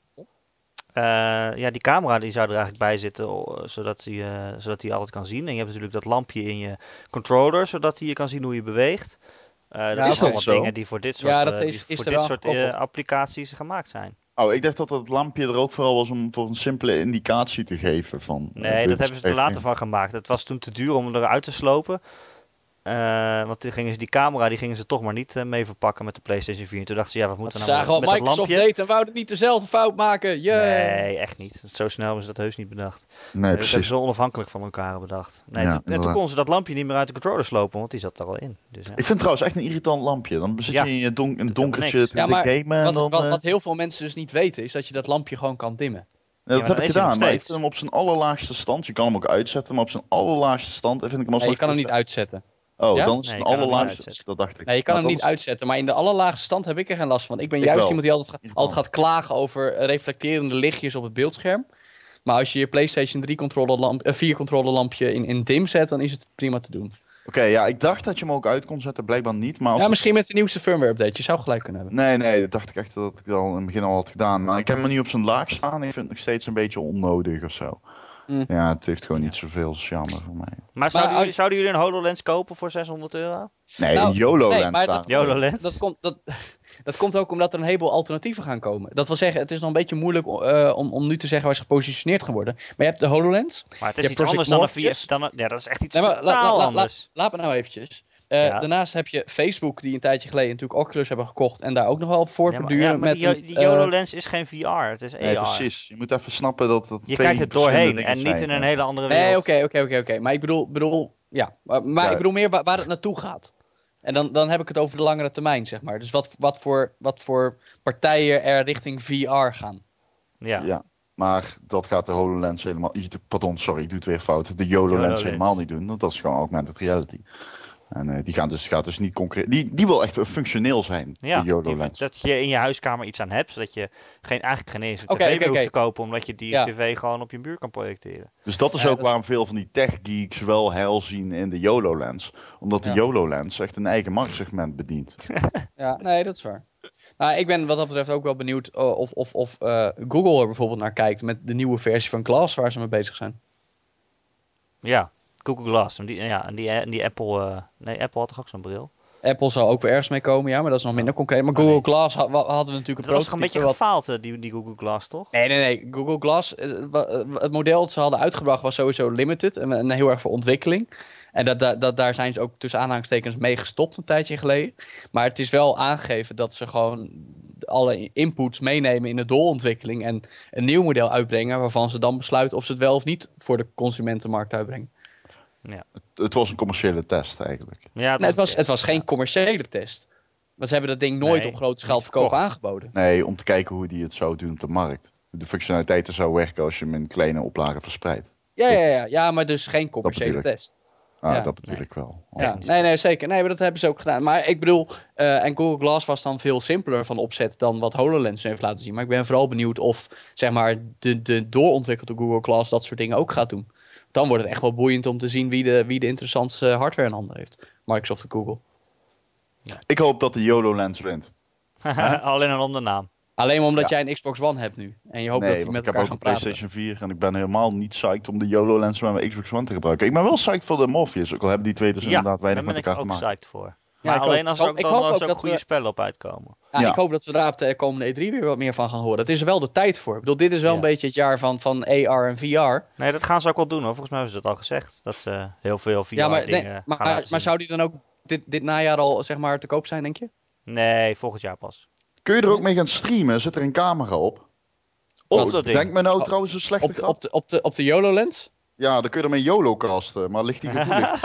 S1: Die camera die zou er eigenlijk bij zitten, zodat hij altijd kan zien. En je hebt natuurlijk dat lampje in je controller, zodat hij kan zien hoe je beweegt. Dat is allemaal dingen die voor dit soort, applicaties gemaakt zijn.
S2: Oh, ik dacht dat het lampje er ook vooral was om voor een simpele indicatie te geven van...
S1: Nee, dat hebben ze er later van gemaakt. Het was toen te duur om eruit te slopen. Want toen gingen ze die camera gingen ze toch maar niet mee verpakken met de PlayStation 4. En toen dachten ze, wat moeten we nou met dat lampje?
S3: Microsoft deed en wouden niet dezelfde fout maken.
S1: Nee, echt niet. Zo snel hebben ze dat heus niet bedacht.
S2: Nee,
S1: dat hebben ze onafhankelijk van elkaar bedacht. Nee, toen kon ze dat lampje niet meer uit de controller slopen, want die zat er al in. Dus,
S2: Ik vind het trouwens echt een irritant lampje. Dan zit je in een donkertje te gamen. En
S3: wat heel veel mensen dus niet weten, is dat je dat lampje gewoon kan dimmen.
S2: Dat heb ik gedaan, maar ik vind hem op zijn allerlaagste stand. Je kan hem ook uitzetten, maar op zijn allerlaagste stand vind ik hem
S3: je kan hem niet uitzetten.
S2: Oh,
S3: Ja?
S2: dan is het
S1: Nee,
S2: een
S1: je kan hem niet
S2: allerlaagste.
S1: uitzetten.
S2: Dat dacht ik.
S3: Nee, je kan
S2: Maar
S3: hem niet
S2: dat
S3: uitzetten. Maar in de allerlaagste stand heb ik er geen last van. Ik ben
S2: Ik
S3: juist
S2: wel.
S3: iemand die altijd gaat klagen over reflecterende lichtjes op het beeldscherm. Maar als je je PlayStation 4 controllerlampje in dim zet, dan is het prima te doen.
S2: Oké, ja, ik dacht dat je hem ook uit kon zetten, blijkbaar niet. Maar als
S3: Ja, misschien met de nieuwste firmware update. Je zou gelijk kunnen hebben.
S2: Nee, dat dacht ik echt dat ik al in het begin al had gedaan. Maar ik heb hem nu op zijn laag staan en ik vind het nog steeds een beetje onnodig of zo. Ja, het heeft gewoon niet zoveel charme voor mij.
S1: Maar zouden jullie een HoloLens kopen voor €600?
S2: Nee, een YOLO-lens
S3: maar
S2: staan.
S1: YOLO-lens?
S3: Dat komt ook omdat er een heleboel alternatieven gaan komen. Dat wil zeggen, het is nog een beetje moeilijk om nu te zeggen waar ze gepositioneerd gaan worden. Maar je hebt de HoloLens.
S1: Maar het is iets anders dan een VR. Ja, dat is echt iets totaal anders.
S3: Laat me nou eventjes. Daarnaast heb je Facebook, die een tijdje geleden natuurlijk Oculus hebben gekocht en daar ook nog wel op voortborduren.
S1: Maar die YOLO-lens is geen VR, het is AR.
S2: Nee, precies. Je moet even snappen dat
S1: je kijkt er doorheen en niet in een hele andere wereld.
S3: Nee, oké. Maar ik bedoel, ja. Maar ik bedoel meer waar het naartoe gaat. En dan heb ik het over de langere termijn, zeg maar. Dus wat voor partijen er richting VR gaan.
S2: Ja, maar dat gaat de HoloLens helemaal... Pardon, sorry, ik doe het weer fout. De YOLO-lens helemaal niet doen, want dat is gewoon augmented reality. En die gaat dus niet concreet... Die wil echt functioneel zijn, de YOLO-lens.
S1: Dat je in je huiskamer iets aan hebt, zodat je eigenlijk geen eens een tv meer hoeft te kopen, omdat je die tv gewoon op je muur kan projecteren.
S2: Dus dat is ook waarom veel van die tech-geeks wel heil zien in de YOLO-lens. Omdat de YOLO-lens echt een eigen marktsegment bedient.
S3: Ja, nee, dat is waar. Nou, ik ben wat dat betreft ook wel benieuwd of Google er bijvoorbeeld naar kijkt met de nieuwe versie van Glass waar ze mee bezig zijn.
S1: Ja, Google Glass. En die Apple... Apple had toch ook zo'n bril?
S3: Apple zou ook weer ergens mee komen, ja, maar dat is nog minder concreet. Maar Google Glass hadden we natuurlijk een prototype.
S1: Dat was toch een beetje gefaald, die Google Glass, toch?
S3: Nee. Google Glass, het model dat ze hadden uitgebracht was sowieso limited en heel erg voor ontwikkeling. En daar zijn ze ook tussen aanhalingstekens mee gestopt een tijdje geleden. Maar het is wel aangegeven dat ze gewoon alle inputs meenemen in de doorontwikkeling en een nieuw model uitbrengen waarvan ze dan besluiten of ze het wel of niet voor de consumentenmarkt uitbrengen.
S1: Ja.
S2: Het was een commerciële test eigenlijk.
S1: Ja,
S3: het was geen commerciële test. Want ze hebben dat ding nooit op grote schaal verkoop aangeboden.
S2: Nee, om te kijken hoe die het zou doen op de markt. De functionaliteiten zou werken als je hem in kleine oplagen verspreidt.
S3: Ja, maar dus geen commerciële test.
S2: Dat bedoel ik wel.
S3: Ja, nee, zeker. Nee, maar dat hebben ze ook gedaan. Maar ik bedoel, en Google Glass was dan veel simpeler van opzet dan wat HoloLens heeft laten zien. Maar ik ben vooral benieuwd of, zeg maar, de doorontwikkelde Google Glass dat soort dingen ook gaat doen. Dan wordt het echt wel boeiend om te zien wie de interessantste hardware in handen heeft. Microsoft of Google.
S2: Ja. Ik hoop dat de YOLO-lens wint.
S1: Alleen al om de naam.
S3: Alleen maar omdat jij een Xbox One hebt nu. En je hoopt dat die met elkaar gaan praten.
S2: Ik heb ook een PlayStation 4 en ik ben helemaal niet psyched om de YOLO-lens met mijn Xbox One te gebruiken. Ik ben wel psyched voor de Morpheus, ook al hebben die twee dus inderdaad weinig met elkaar te maken.
S1: Ja, daar ben ik ook psyched voor. Maar alleen als er ook goede spellen op uitkomen.
S3: Ja, ik hoop dat we daar op de komende E3 weer wat meer van gaan horen. Het is er wel de tijd voor. Ik bedoel, dit is wel een beetje het jaar van AR en VR.
S1: Nee, dat gaan ze ook wel doen hoor. Volgens mij hebben ze dat al gezegd. Dat ze heel veel VR dingen gaan laten zien.
S3: Maar zou die dan ook dit najaar al zeg maar te koop zijn, denk je?
S1: Nee, volgend jaar pas.
S2: Kun je er ook mee gaan streamen? Zit er een camera op? Denk me nou trouwens een slechte grap?
S3: Op de YOLO-lens?
S2: Ja, dan kun je ermee YOLO casten, maar ligt die gevoelig?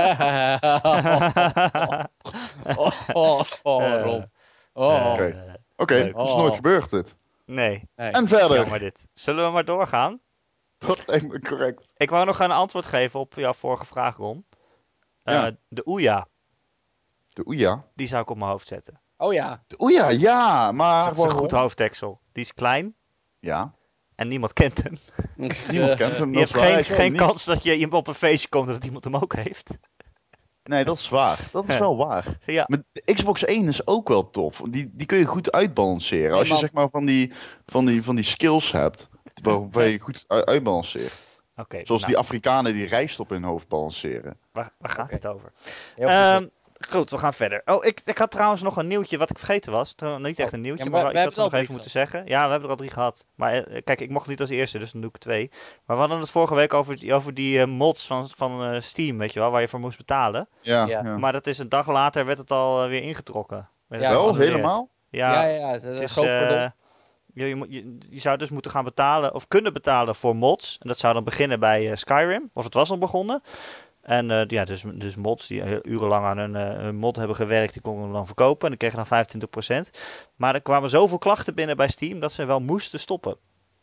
S3: Ron.
S2: Oké, dat is nooit gebeurd dit.
S1: Nee.
S2: En verder.
S1: Jammer dit. Zullen we maar doorgaan?
S2: Dat lijkt me correct.
S1: Ik wou nog een antwoord geven op jouw vorige vraag, Ron. De Ouya.
S2: De Ouya?
S1: Die zou ik op mijn hoofd zetten.
S3: Oh ja.
S2: De Ouya, ja, maar...
S1: Dat is een goed hoofddeksel. Die is klein.
S2: Ja.
S1: En niemand kent hem.
S2: Niemand kent hem.
S1: Je hebt geen kans dat je op een feestje komt en dat iemand hem ook heeft.
S2: Nee, dat is waar. Dat is wel waar.
S1: Ja.
S2: Maar de Xbox 1 is ook wel tof. Die kun je goed uitbalanceren. Als je zeg maar van die skills hebt, waar je goed uitbalanceert. Zoals die Afrikanen die rijst op hun hoofd balanceren.
S1: Waar gaat het over? Goed, we gaan verder. Oh, ik had trouwens nog een nieuwtje wat ik vergeten was. Niet echt een nieuwtje, maar iets wat we nog even moeten zeggen. Ja, we hebben er al 3 gehad. Maar kijk, ik mocht niet als eerste, dus dan doe ik 2. Maar we hadden het vorige week over die mods van Steam, weet je wel, waar je voor moest betalen.
S2: Ja.
S1: Maar dat is een dag later werd het al weer ingetrokken.
S2: Wel, helemaal?
S1: Ja, het is je zou dus moeten gaan betalen, of kunnen betalen voor mods. En dat zou dan beginnen bij Skyrim, of het was al begonnen. En dus mods die urenlang aan hun mod hebben gewerkt, die konden dan verkopen. En die kregen dan 25%. Maar er kwamen zoveel klachten binnen bij Steam dat ze wel moesten stoppen.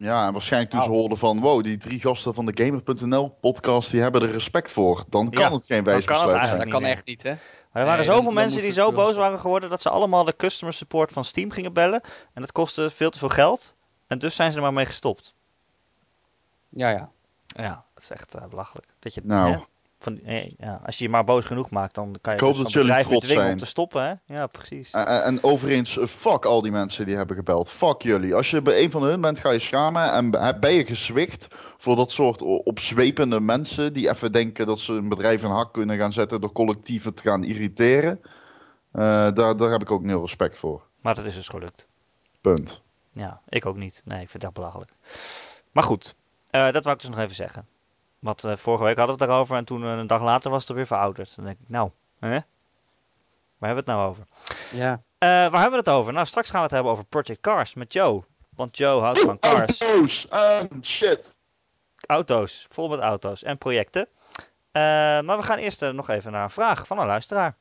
S2: Ja, en waarschijnlijk toen ze hoorden van... wow, die 3 gasten van de Gamer.nl podcast... die hebben er respect voor. Dan kan het geen wijs besluit zijn.
S3: Dat kan echt niet, hè?
S1: Maar er waren zoveel mensen die zo boos waren geworden... dat ze allemaal de customer support van Steam gingen bellen. En dat kostte veel te veel geld. En dus zijn ze er maar mee gestopt.
S3: Ja,
S1: dat is echt belachelijk. Dat je,
S2: nou...
S1: als je je maar boos genoeg maakt, dan kan je
S2: ik hoop dat jullie trots zijn
S1: om te stoppen, hè? Ja, precies.
S2: En overigens, fuck al die mensen die hebben gebeld. Fuck jullie. Als je bij een van hun bent, ga je schamen en ben je gezwicht voor dat soort opzwepende mensen die even denken dat ze een bedrijf in hak kunnen gaan zetten door collectieven te gaan irriteren. Daar heb ik ook nul respect voor.
S1: Maar dat is dus gelukt.
S2: Punt.
S1: Ja, ik ook niet. Nee, ik vind dat belachelijk. Maar goed, dat wou ik dus nog even zeggen. Want vorige week hadden we het daarover en toen een dag later was het weer verouderd. Dan denk ik, nou, waar hebben we het nou over?
S3: Ja.
S1: Waar hebben we het over? Nou, straks gaan we het hebben over Project Cars met Joe. Want Joe houdt van cars.
S2: Auto's, shit.
S1: Auto's, vol met auto's en projecten. Maar we gaan eerst nog even naar een vraag van een luisteraar.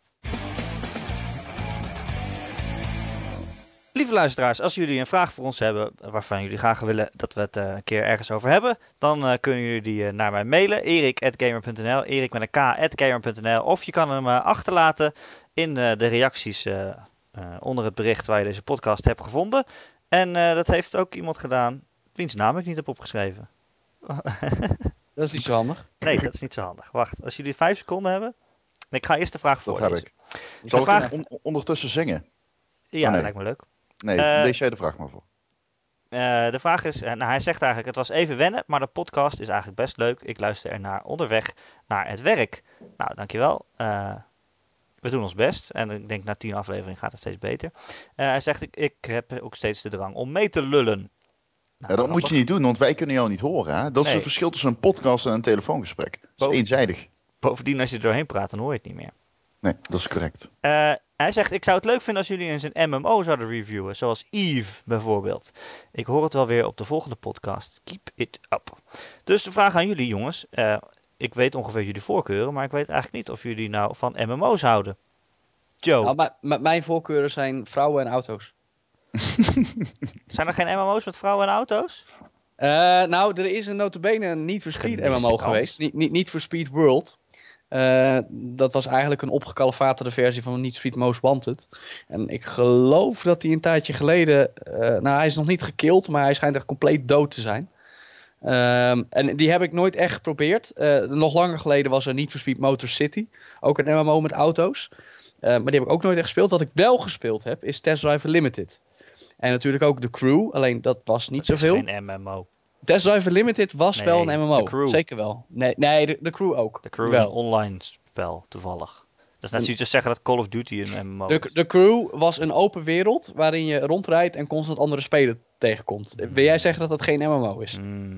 S1: Lieve luisteraars, als jullie een vraag voor ons hebben waarvan jullie graag willen dat we het een keer ergens over hebben, dan kunnen jullie die naar mij mailen, erik@gamer.nl, erik met een k@gamer.nl, of je kan hem achterlaten in de reacties onder het bericht waar je deze podcast hebt gevonden. En dat heeft ook iemand gedaan wiens naam ik niet heb opgeschreven.
S3: Dat is niet zo handig.
S1: Nee, dat is niet zo handig. Wacht, als jullie 5 seconden hebben. Ik ga eerst de vraag voorlezen.
S2: Dat heb ik. Zal ik ondertussen zingen?
S1: Ja, dat lijkt me leuk.
S2: Nee, lees jij de vraag maar voor.
S1: De vraag is, hij zegt eigenlijk, het was even wennen, maar de podcast is eigenlijk best leuk. Ik luister ernaar onderweg naar het werk. Nou, dankjewel. We doen ons best. En ik denk na 10 afleveringen gaat het steeds beter. Hij zegt, ik heb ook steeds de drang om mee te lullen. Nou,
S2: dat moet je niet doen, want wij kunnen jou niet horen. Hè? Dat is het verschil tussen een podcast en een telefoongesprek. Dat is eenzijdig.
S1: Bovendien, als je er doorheen praat, dan hoor je het niet meer.
S2: Nee, dat is correct.
S1: Hij zegt, ik zou het leuk vinden als jullie eens een MMO zouden reviewen. Zoals Eve bijvoorbeeld. Ik hoor het wel weer op de volgende podcast. Keep it up. Dus de vraag aan jullie jongens. Ik weet ongeveer jullie voorkeuren. Maar ik weet eigenlijk niet of jullie nou van MMO's houden. Joe.
S3: Nou, maar mijn voorkeuren zijn vrouwen en auto's.
S1: Zijn er geen MMO's met vrouwen en auto's?
S3: Nou, er is een nota bene een Need for Speed MMO geweest. Niet for Speed World. Dat was eigenlijk een opgekalefaterde versie van Need for Speed Most Wanted. En ik geloof dat hij een tijdje geleden... nou, hij is nog niet gekillt, maar hij schijnt echt compleet dood te zijn. En die heb ik nooit echt geprobeerd. Nog langer geleden was er Need for Speed Motor City. Ook een MMO met auto's. Maar die heb ik ook nooit echt gespeeld. Wat ik wel gespeeld heb, is Test Drive Limited. En natuurlijk ook The Crew, alleen dat was niet zoveel.
S1: Dat is geen MMO.
S3: Test Drive Limited was wel een MMO. The Crew. Zeker wel. Nee, de Crew ook.
S1: The Crew is een online spel, toevallig. Dat is net zoiets als zeggen dat Call of Duty een MMO is.
S3: De Crew was een open wereld waarin je rondrijdt en constant andere spelers tegenkomt. Wil jij zeggen dat dat geen MMO is?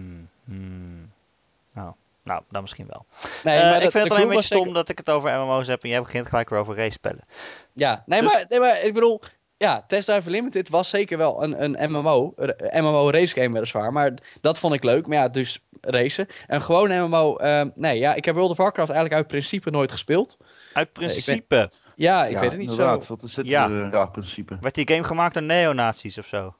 S1: Nou, dan misschien wel.
S3: Nee, maar
S1: ik vind het alleen een beetje stom dat ik het over MMO's heb en jij begint gelijk weer over race-spellen.
S3: Ja, nee, maar ik bedoel... Ja, Test Drive Limited was zeker wel een MMO. MMO race game weliswaar. Maar dat vond ik leuk. Maar ja, dus racen. En gewoon MMO... ik heb World of Warcraft eigenlijk uit principe nooit gespeeld.
S1: Uit principe?
S3: Ik weet het niet zo.
S2: Wat is dit een raar principe?
S1: Werd die game gemaakt door neonazis of zo?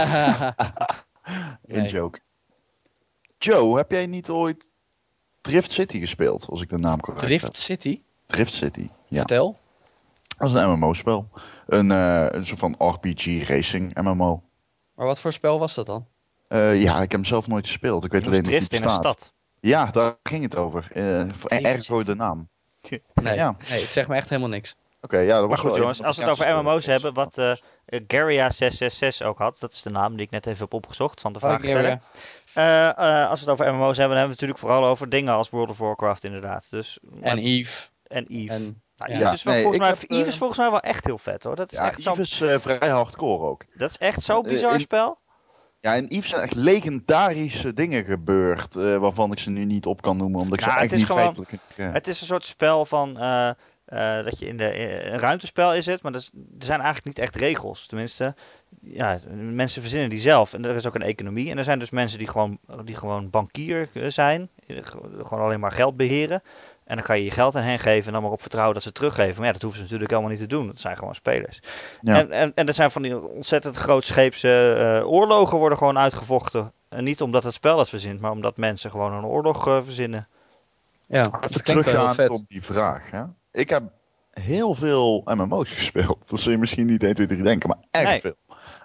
S2: Een joke. Joe, heb jij niet ooit Drift City gespeeld? Als ik de naam correct heb.
S3: Drift City?
S2: Drift City, ja.
S3: Vertel.
S2: Dat is een MMO-spel. Een soort van RPG racing MMO.
S3: Maar wat voor spel was dat dan?
S2: Ik heb hem zelf nooit gespeeld. Ik weet alleen dat het
S1: in een stad.
S2: Ja, daar ging het over. Ergo de naam.
S3: Nee, het zegt me echt helemaal niks.
S2: Oké, ja, dat was
S1: maar goed jongens, als we het over MMO's hebben, wat Garia666 ook had, dat is de naam die ik net even heb opgezocht van de vraagsteller. Als we het over MMO's hebben, dan hebben we het natuurlijk vooral over dingen als World of Warcraft inderdaad. Dus,
S3: en Eve.
S1: Eve is volgens mij wel echt heel vet hoor. Dat is echt
S2: Eve is vrij hardcore ook.
S1: Dat is echt zo'n bizar spel.
S2: Ja, in Eve zijn echt legendarische dingen gebeurd, waarvan ik ze nu niet op kan noemen, omdat ik ze eigenlijk niet feitelijk...
S1: Het is een soort spel van, dat je in een ruimtespel is het, maar er zijn eigenlijk niet echt regels. Tenminste, ja, mensen verzinnen die zelf. En er is ook een economie. En er zijn dus mensen die gewoon bankier zijn. Gewoon alleen maar geld beheren. En dan kan je geld aan hen geven en dan maar op vertrouwen dat ze het teruggeven. Maar ja, dat hoeven ze natuurlijk helemaal niet te doen. Dat zijn gewoon spelers. Ja. En er zijn van die ontzettend grootscheepse oorlogen worden gewoon uitgevochten. En niet omdat het spel dat verzint, maar omdat mensen gewoon een oorlog verzinnen.
S2: Ja, even teruggaan op die vraag. Hè? Ik heb heel veel MMO's gespeeld. Dat zul je misschien niet 1, 2, 3 denken, maar echt veel.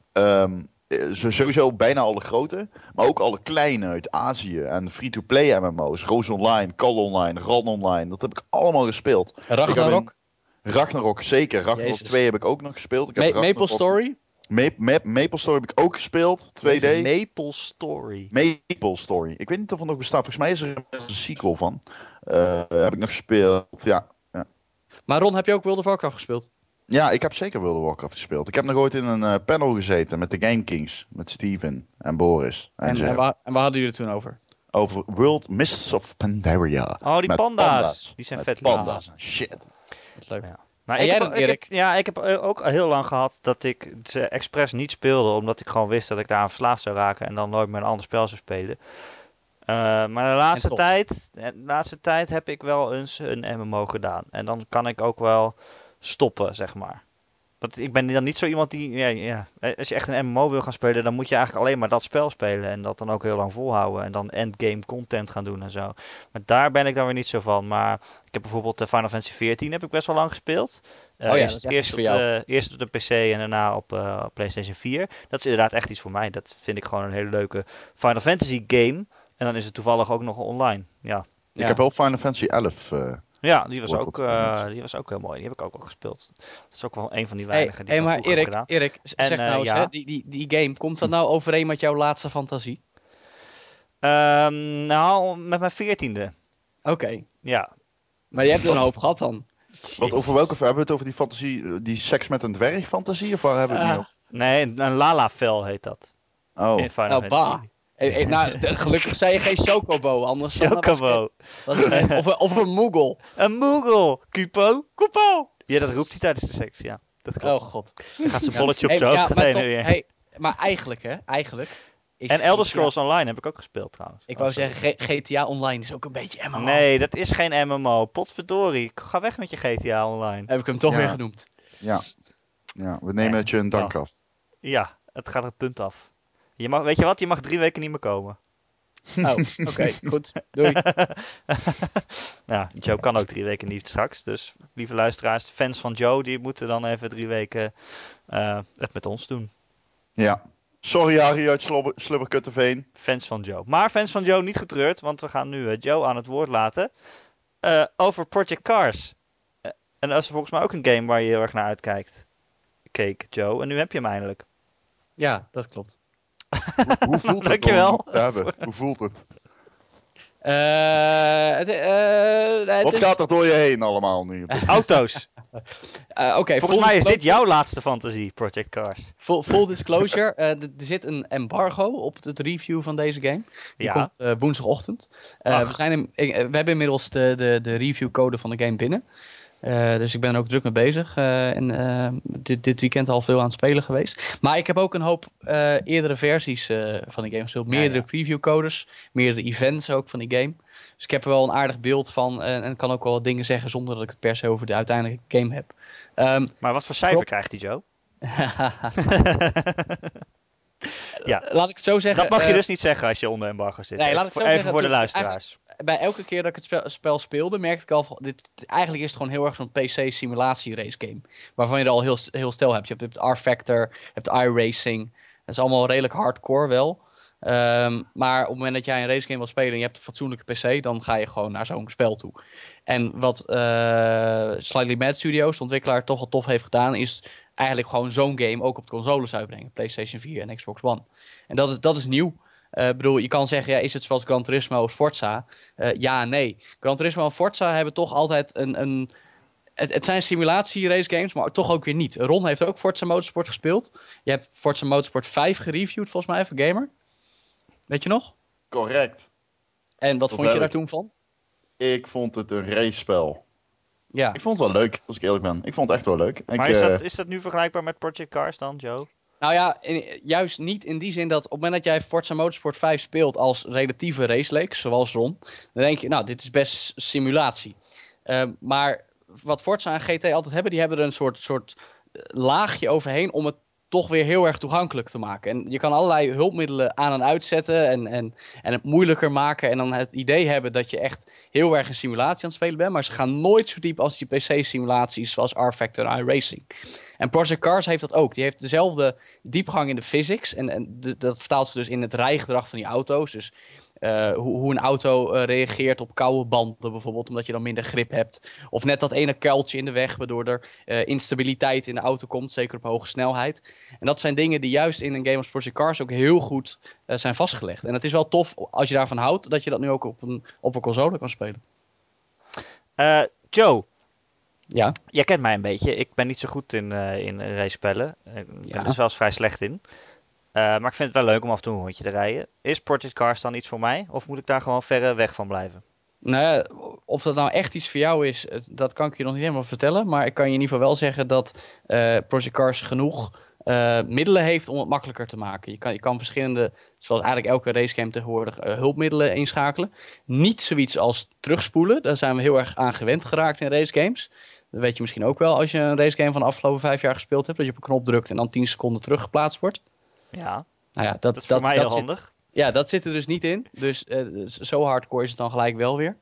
S2: Sowieso bijna alle grote, maar ook alle kleine uit Azië en free-to-play MMO's. Roos Online, Call Online, Ran Online, dat heb ik allemaal gespeeld.
S3: Ragnarok?
S2: Ragnarok, zeker. Ragnarok Jezus. 2 heb ik ook nog gespeeld. Ik heb
S3: Maple Story?
S2: Maple Story heb ik ook gespeeld, 2D.
S1: Maple Story.
S2: Maple Story. Ik weet niet of het nog bestaat, volgens mij is er een sequel van. Heb ik nog gespeeld, ja.
S3: Maar Ron, heb je ook World of Warcraft gespeeld?
S2: Ja, ik heb zeker World of Warcraft gespeeld. Ik heb nog ooit in een panel gezeten met de Game Kings. Met Steven en Boris.
S3: En waar hadden jullie het toen over?
S2: Over World Mists of Pandaria.
S1: Oh, die panda's. Die zijn vet leuk.
S2: Panda's en shit.
S3: Dat is leuk. Ja.
S1: Maar ik heb ook heel lang gehad dat ik ze expres niet speelde. Omdat ik gewoon wist dat ik daar aan verslaafd zou raken. En dan nooit meer een ander spel zou spelen. Maar de laatste tijd heb ik wel eens een MMO gedaan. En dan kan ik ook wel stoppen, zeg maar. Want ik ben dan niet zo iemand die... als je echt een MMO wil gaan spelen, dan moet je eigenlijk alleen maar dat spel spelen. En dat dan ook heel lang volhouden. En dan endgame content gaan doen en zo. Maar daar ben ik dan weer niet zo van. Maar ik heb bijvoorbeeld Final Fantasy XIV heb ik best wel lang gespeeld. Eerst op de PC en daarna op PlayStation 4. Dat is inderdaad echt iets voor mij. Dat vind ik gewoon een hele leuke Final Fantasy game. En dan is het toevallig ook nog online. Ja.
S2: Ik heb wel Final Fantasy 11...
S1: ja, die was ook heel mooi. Die heb ik ook al gespeeld. Dat is ook wel een van die weinigen die ik
S3: maar
S1: heb gedaan.
S3: Erik, zeg nou eens, hè, die game, komt dat nou overeen met jouw laatste fantasie?
S1: Nou, met mijn 14e.
S3: Oké.
S1: Ja.
S3: Maar je hebt er een hoop gehad dan.
S2: Over welke hebben we het over die fantasie, die seks met een dwerg fantasie? Of waar hebben we het nu over?
S1: Nee, een Lalafell heet dat.
S2: Oh.
S1: In Final Fantasy.
S3: Nou, gelukkig zei je geen Chocobo, anders
S1: Chocobo.
S3: Of een Moogle.
S1: Een Moogle. Kupo. Ja, dat roept hij tijdens de seks, ja. Dat klopt.
S3: Oh god.
S1: Dan gaat zijn bolletje op zijn hoofd.
S3: Maar eigenlijk...
S1: En Elder Scrolls Online heb ik ook gespeeld trouwens.
S3: Ik wou zeggen, GTA Online is ook een beetje MMO.
S1: Nee, dat is geen MMO. Potverdorie. Ga weg met je GTA Online.
S3: Heb ik hem toch weer genoemd.
S2: Ja, we nemen het je een dank af.
S1: Ja, het gaat het punt af. Weet je wat? Je mag 3 weken niet meer komen.
S3: Oh, oké, goed. Doei.
S1: Ja, Joe kan ook 3 weken niet straks. Dus lieve luisteraars, fans van Joe, die moeten dan even 3 weken het met ons doen.
S2: Ja. Sorry Harry uit Slubberkutteveen.
S1: Fans van Joe. Maar fans van Joe niet getreurd, want we gaan nu Joe aan het woord laten. Over Project Cars. En dat is volgens mij ook een game waar je heel erg naar uitkijkt. Keek Joe, en nu heb je hem eindelijk.
S3: Ja, dat klopt.
S2: Hoe voelt het?
S1: Dankjewel.
S2: Hoe voelt het? Wat gaat er door je heen allemaal nu?
S1: Auto's. Volgens mij is dit jouw laatste fantasie, Project Cars.
S3: Full disclosure, er zit een embargo op het review van deze game. Die komt woensdagochtend. We hebben inmiddels de reviewcode van de game binnen. Dus ik ben er ook druk mee bezig. Dit weekend al veel aan het spelen geweest. Maar ik heb ook een hoop eerdere versies van die game gespeeld. Meerdere previewcodes. Meerdere events ook van die game. Dus ik heb er wel een aardig beeld van. En kan ook wel wat dingen zeggen zonder dat ik het per se over de uiteindelijke game heb.
S1: Maar wat voor cijfer krijgt die, Joe?
S3: Ja. Laat ik het zo zeggen.
S1: Dat mag je dus niet zeggen als je onder embargo zit.
S3: Nee,
S1: even voor de luisteraars.
S3: Bij elke keer dat ik het spel speelde, merkte ik al... Eigenlijk is het gewoon heel erg zo'n PC-simulatie race game. Waarvan je er al heel stel hebt. Je hebt R-Factor, je hebt iRacing. Dat is allemaal redelijk hardcore wel. Maar op het moment dat jij een race game wil spelen en je hebt een fatsoenlijke PC, dan ga je gewoon naar zo'n spel toe. En wat Slightly Mad Studios, de ontwikkelaar, toch al tof heeft gedaan, is eigenlijk gewoon zo'n game ook op de consoles uitbrengen. PlayStation 4 en Xbox One. En dat is nieuw. Bedoel, je kan zeggen, ja, is het zoals Gran Turismo of Forza? Ja en nee. Gran Turismo en Forza hebben toch altijd het zijn simulatie race games, maar toch ook weer niet. Ron heeft ook Forza Motorsport gespeeld. Je hebt Forza Motorsport 5 gereviewd volgens mij voor Gamer. Weet je nog?
S2: Correct.
S3: En wat vond je daar toen van?
S2: Ik vond het een racespel.
S3: Ja.
S2: Ik vond het wel leuk, als ik eerlijk ben. Ik vond het echt wel leuk.
S1: Maar is dat nu vergelijkbaar met Project Cars dan, Joe?
S3: Nou ja, juist niet in die zin dat op het moment dat jij Forza Motorsport 5 speelt als relatieve raceleek, zoals Ron, dan denk je, nou, dit is best simulatie. Maar wat Forza en GT altijd hebben, die hebben er een soort laagje overheen om het toch weer heel erg toegankelijk te maken. En je kan allerlei hulpmiddelen aan en uitzetten en het moeilijker maken en dan het idee hebben dat je echt heel erg een simulatie aan het spelen bent, maar ze gaan nooit zo diep als die PC-simulaties zoals R-Factor en iRacing. En Project Cars heeft dat ook. Die heeft dezelfde diepgang in de physics en dat vertaalt zich dus in het rijgedrag van die auto's. Dus hoe een auto reageert op koude banden bijvoorbeeld, omdat je dan minder grip hebt. Of net dat ene kuiltje in de weg, waardoor er instabiliteit in de auto komt, zeker op hoge snelheid. En dat zijn dingen die juist in een game als Project Cars ook heel goed zijn vastgelegd. En het is wel tof, als je daarvan houdt, dat je dat nu ook op een console kan spelen.
S1: Joe,
S3: ja?
S1: Jij kent mij een beetje. Ik ben niet zo goed in race-spellen. Ik ben er zelfs vrij slecht in. Maar ik vind het wel leuk om af en toe een rondje te rijden. Is Project Cars dan iets voor mij? Of moet ik daar gewoon verre weg van blijven?
S3: Nou ja, of dat nou echt iets voor jou is, dat kan ik je nog niet helemaal vertellen. Maar ik kan je in ieder geval wel zeggen dat Project Cars genoeg middelen heeft om het makkelijker te maken. Je kan verschillende, zoals eigenlijk elke racegame tegenwoordig, hulpmiddelen inschakelen. Niet zoiets als terugspoelen. Daar zijn we heel erg aan gewend geraakt in racegames. Dat weet je misschien ook wel als je een racegame van de afgelopen 5 jaar gespeeld hebt. Dat je op een knop drukt en dan 10 seconden teruggeplaatst wordt.
S1: Ja,
S3: nou ja,
S1: dat is voor mij heel handig.
S3: Ja, dat zit er dus niet in. Dus zo hardcore is het dan gelijk wel weer.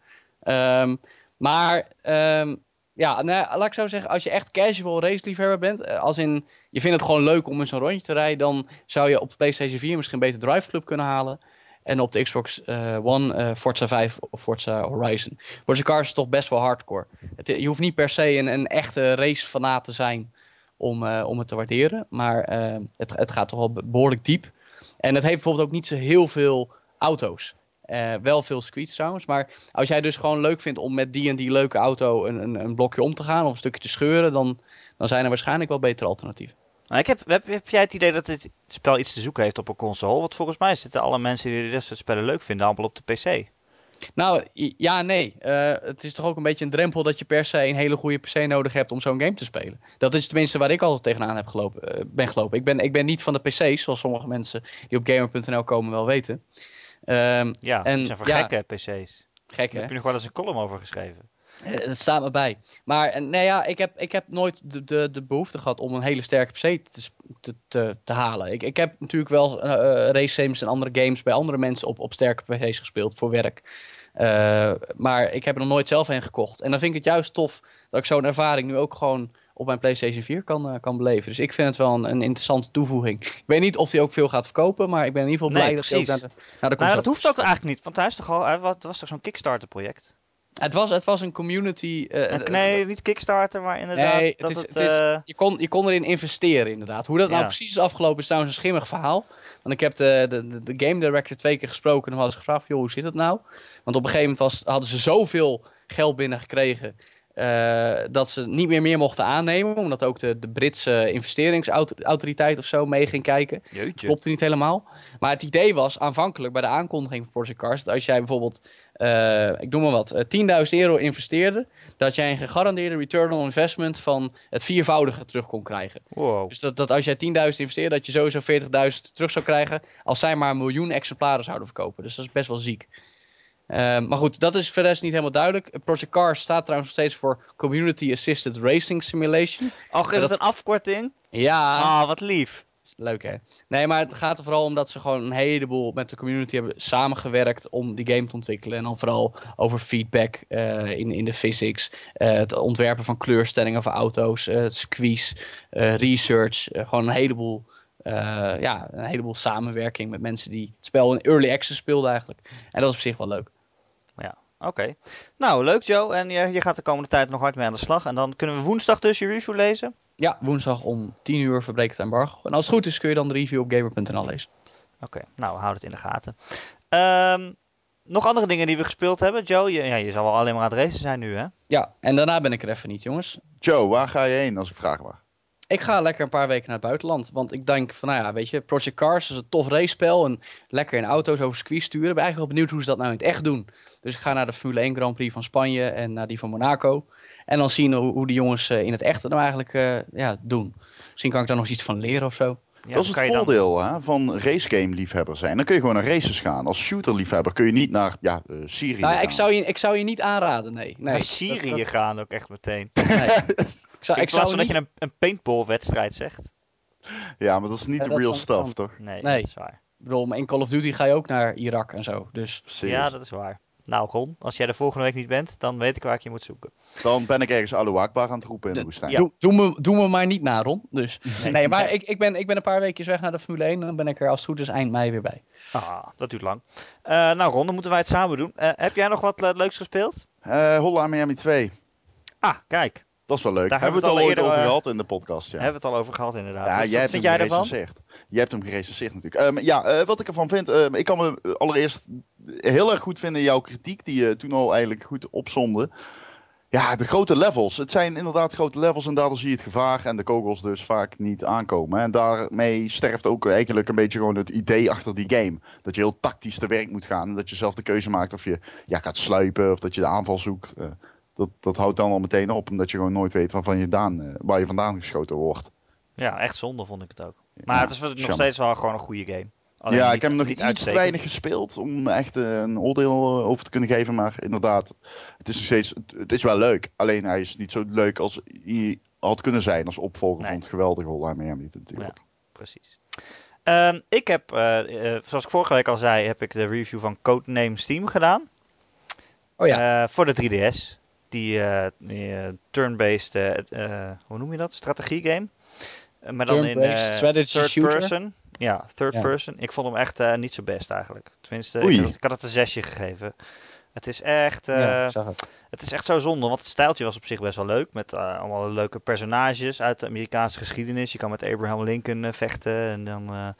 S3: Laat ik zo zeggen, als je echt casual raceliefhebber bent, als in je vindt het gewoon leuk om in zo'n rondje te rijden, dan zou je op de PlayStation 4 misschien beter Drive Club kunnen halen. En op de Xbox One Forza 5 of Forza Horizon. Project Cars is toch best wel hardcore. Je hoeft niet per se een echte racefanaat te zijn om het te waarderen. Maar het gaat toch wel behoorlijk diep. En het heeft bijvoorbeeld ook niet zo heel veel auto's. Wel veel circuits trouwens. Maar als jij dus gewoon leuk vindt om met die en die leuke auto een blokje om te gaan of een stukje te scheuren, dan zijn er waarschijnlijk wel betere alternatieven.
S1: Nou, heb jij het idee dat dit spel iets te zoeken heeft op een console? Want volgens mij zitten alle mensen die dit soort spellen leuk vinden allemaal op de PC.
S3: Nou, ja, nee. Het is toch ook een beetje een drempel dat je per se een hele goede PC nodig hebt om zo'n game te spelen. Dat is tenminste waar ik altijd tegenaan ben gelopen. Ik ben niet van de PC's, zoals sommige mensen die op gamer.nl komen wel weten.
S1: Het zijn voor gekke PC's.
S3: Gek, hè?
S1: Heb je nog wel eens een column over geschreven?
S3: Dat staat me bij. Maar ik heb nooit de behoefte gehad om een hele sterke PC te halen. Ik heb natuurlijk wel race sims en andere games bij andere mensen op sterke PC's gespeeld voor werk. Maar ik heb er nog nooit zelf een gekocht. En dan vind ik het juist tof dat ik zo'n ervaring nu ook gewoon op mijn PlayStation 4 kan beleven. Dus ik vind het wel een interessante toevoeging. Ik weet niet of die ook veel gaat verkopen, maar ik ben in ieder geval blij dat hij ook naar de console.
S1: Nou, dat hoeft ook eigenlijk niet, want hij was toch zo'n Kickstarter project?
S3: Het was een community...
S1: nee, niet Kickstarter, maar inderdaad... Nee,
S3: je kon erin investeren, inderdaad. Hoe dat nou precies is afgelopen is trouwens een schimmig verhaal. Want ik heb de game director 2 keer gesproken en dan hadden ze gevraagd, joh, hoe zit het nou? Want op een gegeven moment hadden ze zoveel geld binnengekregen dat ze niet meer mochten aannemen. Omdat ook de Britse investeringsautoriteit of zo mee ging kijken.
S1: Jeetje.
S3: Dat klopte niet helemaal. Maar het idee was aanvankelijk bij de aankondiging van Project Cars, dat als jij bijvoorbeeld, ik noem maar wat, €10.000 investeerde, dat jij een gegarandeerde return on investment van het 4-voudige terug kon krijgen.
S1: Wow.
S3: Dus dat als jij 10.000 investeerde, dat je sowieso 40.000 terug zou krijgen als zij maar 1 miljoen exemplaren zouden verkopen. Dus dat is best wel ziek. Maar goed, dat is verder niet helemaal duidelijk. Project Cars staat trouwens nog steeds voor Community Assisted Racing Simulation.
S1: Och, is dat een afkorting?
S3: Ja.
S1: Ah, wat lief.
S3: Leuk, hè? Nee, maar het gaat er vooral om dat ze gewoon een heleboel met de community hebben samengewerkt om die game te ontwikkelen. En dan vooral over feedback in de physics, het ontwerpen van kleurstellingen van auto's, circuits, research. Gewoon een heleboel samenwerking met mensen die het spel in early access speelden eigenlijk. En dat is op zich wel leuk.
S1: Ja, oké. Nou, leuk Joe. En je gaat de komende tijd nog hard mee aan de slag. En dan kunnen we woensdag dus je review lezen?
S3: Ja, woensdag om 10:00 verbreekt het embargo. En als het goed is kun je dan de review op gamer.nl lezen.
S1: Oké, nou houd het in de gaten. Nog andere dingen die we gespeeld hebben? Joe, je zal wel alleen maar aan het racen zijn nu, hè?
S3: Ja, en daarna ben ik er even niet, jongens.
S2: Joe, waar ga je heen als ik vragen mag?
S3: Ik ga lekker een paar weken naar het buitenland. Want ik denk van, weet je, Project Cars is een tof racespel. En lekker in auto's over circuit sturen. Ik ben eigenlijk wel benieuwd hoe ze dat nou in het echt doen. Dus ik ga naar de Formule 1 Grand Prix van Spanje en naar die van Monaco. En dan zien hoe die jongens in het echt nou eigenlijk doen. Misschien kan ik daar nog iets van leren of zo.
S2: Ja, dat is het voordeel van racegame-liefhebber zijn. Dan kun je gewoon naar races gaan. Als shooter-liefhebber kun je niet naar Syrië gaan.
S3: Ik zou je niet aanraden, nee.
S1: Naar Syrië gaan ook echt meteen.
S3: Nee.
S1: ik zou dat je een paintball-wedstrijd zegt.
S2: Ja, maar dat is niet de real stuff, toch?
S1: Nee, dat is waar.
S3: Ik bedoel, maar in Call of Duty ga je ook naar Irak en zo. Dus.
S1: Ja, dat is waar. Nou, Ron, als jij de volgende week niet bent, dan weet ik waar ik je moet zoeken.
S2: Dan ben ik ergens Allahu Akbar aan het roepen in de woestijn.
S3: Ja. Doe me maar niet na, Ron. Dus. Nee, maar ik ben een paar weekjes weg naar de Formule 1. En dan ben ik er als het goed is eind mei weer bij.
S1: Dat duurt lang. Nou, Ron, dan moeten wij het samen doen. Heb jij nog wat leuks gespeeld?
S2: Holla Miami 2.
S1: Kijk.
S2: Dat is wel leuk. Daar hebben we het al ooit over gehad in de podcast. Ja.
S1: Hebben we het al over gehad, inderdaad.
S2: Ja,
S1: dus wat vind jij ervan?
S2: Jij hebt hem gerecenseerd natuurlijk. Wat ik ervan vind, ik kan me allereerst heel erg goed vinden in jouw kritiek, die je toen al eigenlijk goed opzomde. Ja, de grote levels. Het zijn inderdaad grote levels en daardoor zie je het gevaar en de kogels dus vaak niet aankomen. En daarmee sterft ook eigenlijk een beetje gewoon het idee achter die game. Dat je heel tactisch te werk moet gaan en dat je zelf de keuze maakt of je gaat sluipen of dat je de aanval zoekt. Dat houdt dan al meteen op, omdat je gewoon nooit weet waar je vandaan geschoten wordt.
S1: Ja, echt zonde vond ik het ook. Maar het is nog steeds wel gewoon een goede game.
S2: Alleen ik heb hem nog iets te weinig gespeeld om echt een oordeel over te kunnen geven. Maar inderdaad, het is wel leuk. Alleen hij is niet zo leuk als hij had kunnen zijn als opvolger van het geweldige Hotline Miami natuurlijk.
S1: Ja, precies. Ik heb, zoals ik vorige week al zei, heb ik de review van Codenames Steam gedaan.
S3: Oh ja.
S1: Voor de 3DS. Die turn-based, hoe noem je dat? Strategie-game. Maar dan in third person. Ja, third person. Ik vond hem echt niet zo best eigenlijk. Tenminste, ik had het een 6 gegeven. Het is echt, het is echt zo zonde, want het stijltje was op zich best wel leuk. Met allemaal leuke personages uit de Amerikaanse geschiedenis. Je kan met Abraham Lincoln vechten en dan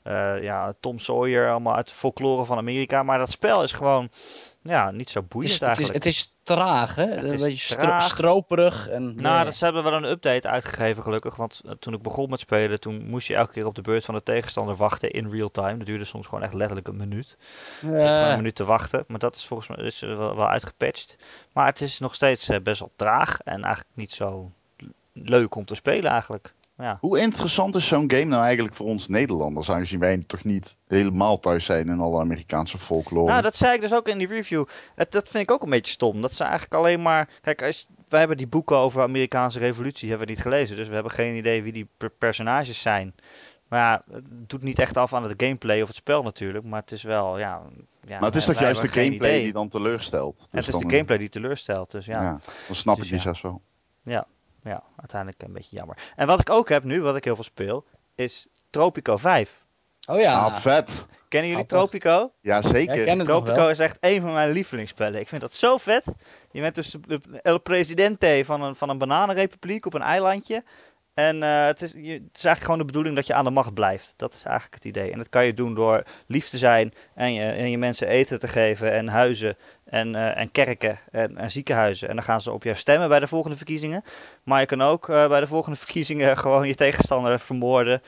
S1: Tom Sawyer, allemaal uit de folklore van Amerika. Maar dat spel is gewoon niet zo boeiend eigenlijk.
S3: Het is traag, hè? Een beetje stroperig.
S1: Ze hebben wel een update uitgegeven gelukkig. Want toen ik begon met spelen, toen moest je elke keer op de beurt van de tegenstander wachten in real time. Dat duurde soms gewoon echt letterlijk een minuut. Een minuut te wachten. Maar dat is volgens mij wel uitgepatcht. Maar het is nog steeds best wel traag. En eigenlijk niet zo leuk om te spelen eigenlijk. Ja.
S2: Hoe interessant is zo'n game nou eigenlijk voor ons Nederlanders, aangezien wij toch niet helemaal thuis zijn in alle Amerikaanse folklore?
S1: Nou, dat zei ik dus ook in die review. Dat vind ik ook een beetje stom. Dat ze eigenlijk alleen maar... Kijk, wij hebben die boeken over Amerikaanse revolutie hebben we niet gelezen. Dus we hebben geen idee wie die personages zijn. Maar ja, het doet niet echt af aan het gameplay of het spel natuurlijk. Maar het is wel, maar
S2: het is toch juist de gameplay die dan teleurstelt? Dus
S1: het is de gameplay die teleurstelt, dus ja.
S2: Dan snap ik die zelfs wel.
S1: Ja, uiteindelijk een beetje jammer. En wat ik ook heb nu, wat ik heel veel speel, is Tropico 5.
S3: Oh ja.
S2: Vet.
S1: Kennen jullie Tropico?
S2: Ja, zeker.
S1: Tropico is echt een van mijn lievelingsspellen. Ik vind dat zo vet. Je bent dus El Presidente van een bananenrepubliek op een eilandje. En het is eigenlijk gewoon de bedoeling dat je aan de macht blijft. Dat is eigenlijk het idee. En dat kan je doen door lief te zijn en je mensen eten te geven en huizen en kerken en ziekenhuizen. En dan gaan ze op jou stemmen bij de volgende verkiezingen. Maar je kan ook bij de volgende verkiezingen gewoon je tegenstander vermoorden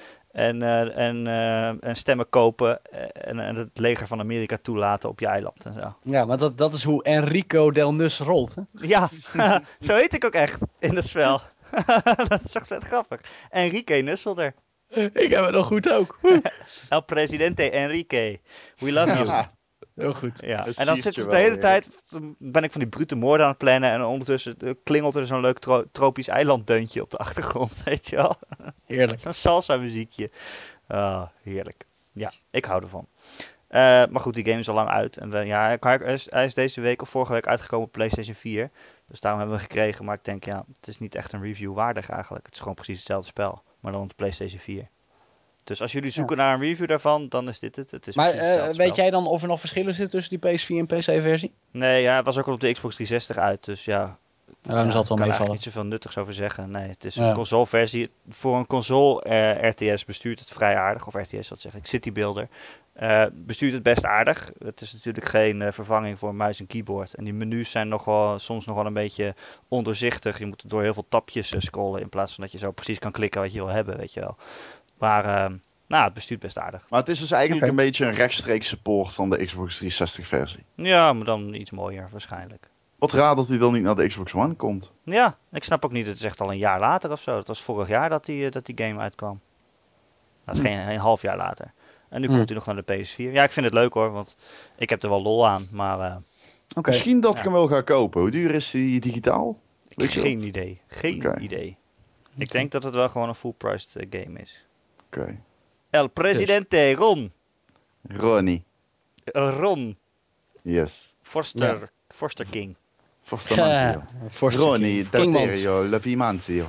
S1: en stemmen kopen en het leger van Amerika toelaten op je eiland en zo.
S3: Ja, maar dat is hoe Enrico Del Nus rolt, hè?
S1: Ja, zo heet ik ook echt in het spel. Dat is echt vet grappig. Enrique Nusselder.
S3: Ik heb het nog goed ook.
S1: El Presidente Enrique. We love you.
S3: Ja, heel goed.
S1: Ja. En dan zit ze de hele tijd, ben ik van die brute moorden aan het plannen en ondertussen klingelt er zo'n leuk tropisch eilanddeuntje op de achtergrond, weet je wel.
S3: Heerlijk.
S1: Zo'n salsa muziekje. Heerlijk. Ja, ik hou ervan. Maar goed, die game is al lang uit. En hij is deze week of vorige week uitgekomen op PlayStation 4. Dus daarom hebben we hem gekregen. Maar ik denk, het is niet echt een review waardig eigenlijk. Het is gewoon precies hetzelfde spel. Maar dan op de PlayStation 4. Dus als jullie zoeken naar een review daarvan, dan is dit het. Het is
S3: weet jij dan of er nog verschillen zitten tussen die PS4 en PC-versie?
S1: Nee, het was ook al op de Xbox 360 uit. Dus ja,
S3: dan zal het wel meevallen.
S1: Ik kan er niet zoveel nuttigs over zeggen. Nee, het is een consoleversie. Voor een console RTS bestuurt het vrij aardig. Of RTS, wat zeg ik, City Builder. Bestuurt het best aardig. Het is natuurlijk geen vervanging voor een muis en keyboard. En die menus zijn soms nog wel een beetje ondoorzichtig. Je moet door heel veel tapjes scrollen in plaats van dat je zo precies kan klikken wat je wil hebben, weet je wel. Maar het bestuurt best aardig.
S2: Maar het is dus eigenlijk een beetje een rechtstreeks support van de Xbox 360 versie.
S1: Ja, maar dan iets mooier waarschijnlijk.
S2: Wat raar dat hij dan niet naar de Xbox One komt.
S1: Ja, ik snap ook niet. Het is echt al een jaar later of zo. Het was vorig jaar dat die game uitkwam. Dat is geen half jaar later. En nu komt hij nog naar de PS4. Ja, ik vind het leuk hoor, want ik heb er wel lol aan. Maar
S2: misschien dat ik hem wel ga kopen. Hoe duur is die digitaal?
S1: Geen idee. Geen idee. Ik denk dat het wel gewoon een full-priced game is.
S2: Oké.
S1: El Presidente, Ron.
S2: Ronnie.
S1: Ron.
S2: Yes.
S1: Forster King.
S2: Forster Manzio. Ronnie, Daterio, Levimanzio.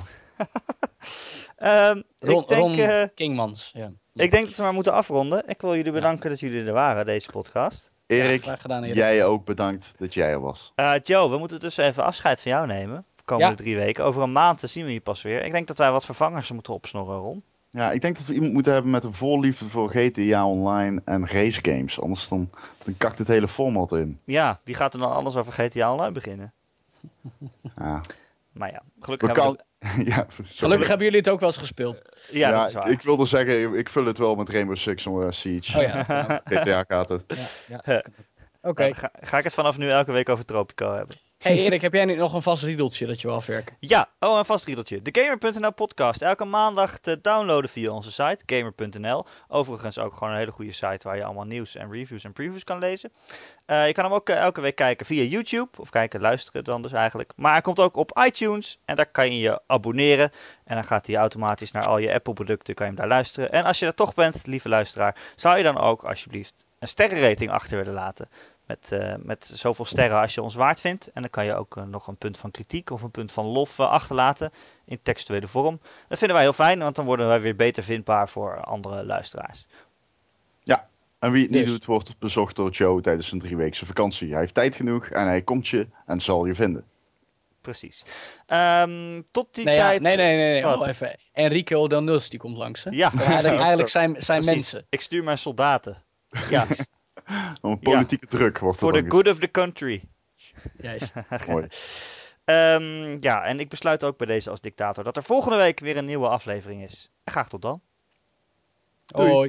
S3: Ron Kingmans, ja.
S1: Ik denk dat we maar moeten afronden. Ik wil jullie bedanken dat jullie er waren, deze podcast.
S2: Erik, jij ook bedankt dat jij er was.
S1: Joe, we moeten dus even afscheid van jou nemen. De komende 3 weken. Over een maand zien we je pas weer. Ik denk dat wij wat vervangers moeten opsnorren, Ron.
S2: Ja, ik denk dat we iemand moeten hebben met een voorliefde voor GTA Online en race games. Anders dan kakt het hele format in.
S1: Ja, wie gaat er dan anders over GTA Online beginnen?
S2: Ja.
S1: Maar ja, gelukkig
S3: gelukkig hebben jullie het ook wel eens gespeeld.
S1: Ja, dat is waar.
S2: Ik wilde zeggen, ik vul het wel met Rainbow Six Siege.
S3: Oh ja.
S2: GTA-kaarten.
S3: Ja. Oké.
S1: Ga ik het vanaf nu elke week over Tropico hebben.
S3: Hey Erik, heb jij nu nog een vast riedeltje dat je wil afwerken?
S1: Ja, een vast riedeltje. De Gamer.nl podcast. Elke maandag te downloaden via onze site, Gamer.nl. Overigens ook gewoon een hele goede site waar je allemaal nieuws en reviews en previews kan lezen. Je kan hem ook elke week kijken via YouTube. Of luisteren dan dus eigenlijk. Maar hij komt ook op iTunes. En daar kan je je abonneren. En dan gaat hij automatisch naar al je Apple producten. Kan je hem daar luisteren. En als je er toch bent, lieve luisteraar, zou je dan ook alsjeblieft een sterrenrating achter willen laten. Met zoveel sterren als je ons waard vindt. En dan kan je ook nog een punt van kritiek of een punt van lof achterlaten in textuele vorm. Dat vinden wij heel fijn, want dan worden wij weer beter vindbaar voor andere luisteraars.
S2: Ja, en wie het niet doet, wordt bezocht door Joe tijdens een 3-weekse vakantie. Hij heeft tijd genoeg en hij komt je en zal je vinden.
S1: Precies. Tot die tijd...
S3: Nee. Oh, even. Enrique Del Nus, die komt langs. Hè?
S1: Ja.
S3: Eigenlijk zijn mensen.
S1: Ik stuur mijn soldaten. Ja.
S2: Een politieke druk wordt
S1: for the good of the country.
S3: Juist.
S2: Mooi.
S1: En ik besluit ook bij deze als dictator dat er volgende week weer een nieuwe aflevering is. En graag tot dan.
S3: Doei. Hoi.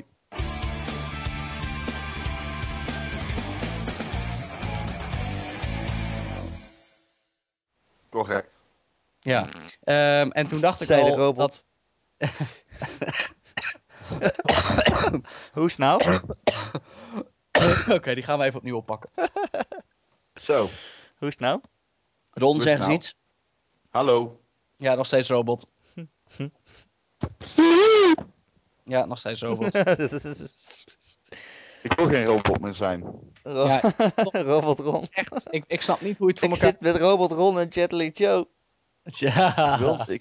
S2: Correct.
S3: Ja. En toen dacht ik
S1: Zei
S3: al
S1: de robot. Hoe snel?
S3: Oké, die gaan we even opnieuw oppakken.
S2: Zo.
S1: Hoe snel?
S3: Ron, zeg eens iets.
S2: Hallo.
S3: Ja, nog steeds robot. Ja, nog steeds robot.
S2: Ik wil geen robot meer zijn.
S1: Robot Ron.
S3: Echt, ik snap niet hoe je het voor elkaar...
S1: Ik zit met Robot Ron en Chatly Joe.
S3: Ja.
S2: Ik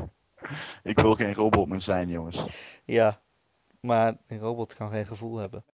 S2: wil geen robot meer zijn, jongens.
S1: Ja, maar een robot kan geen gevoel hebben.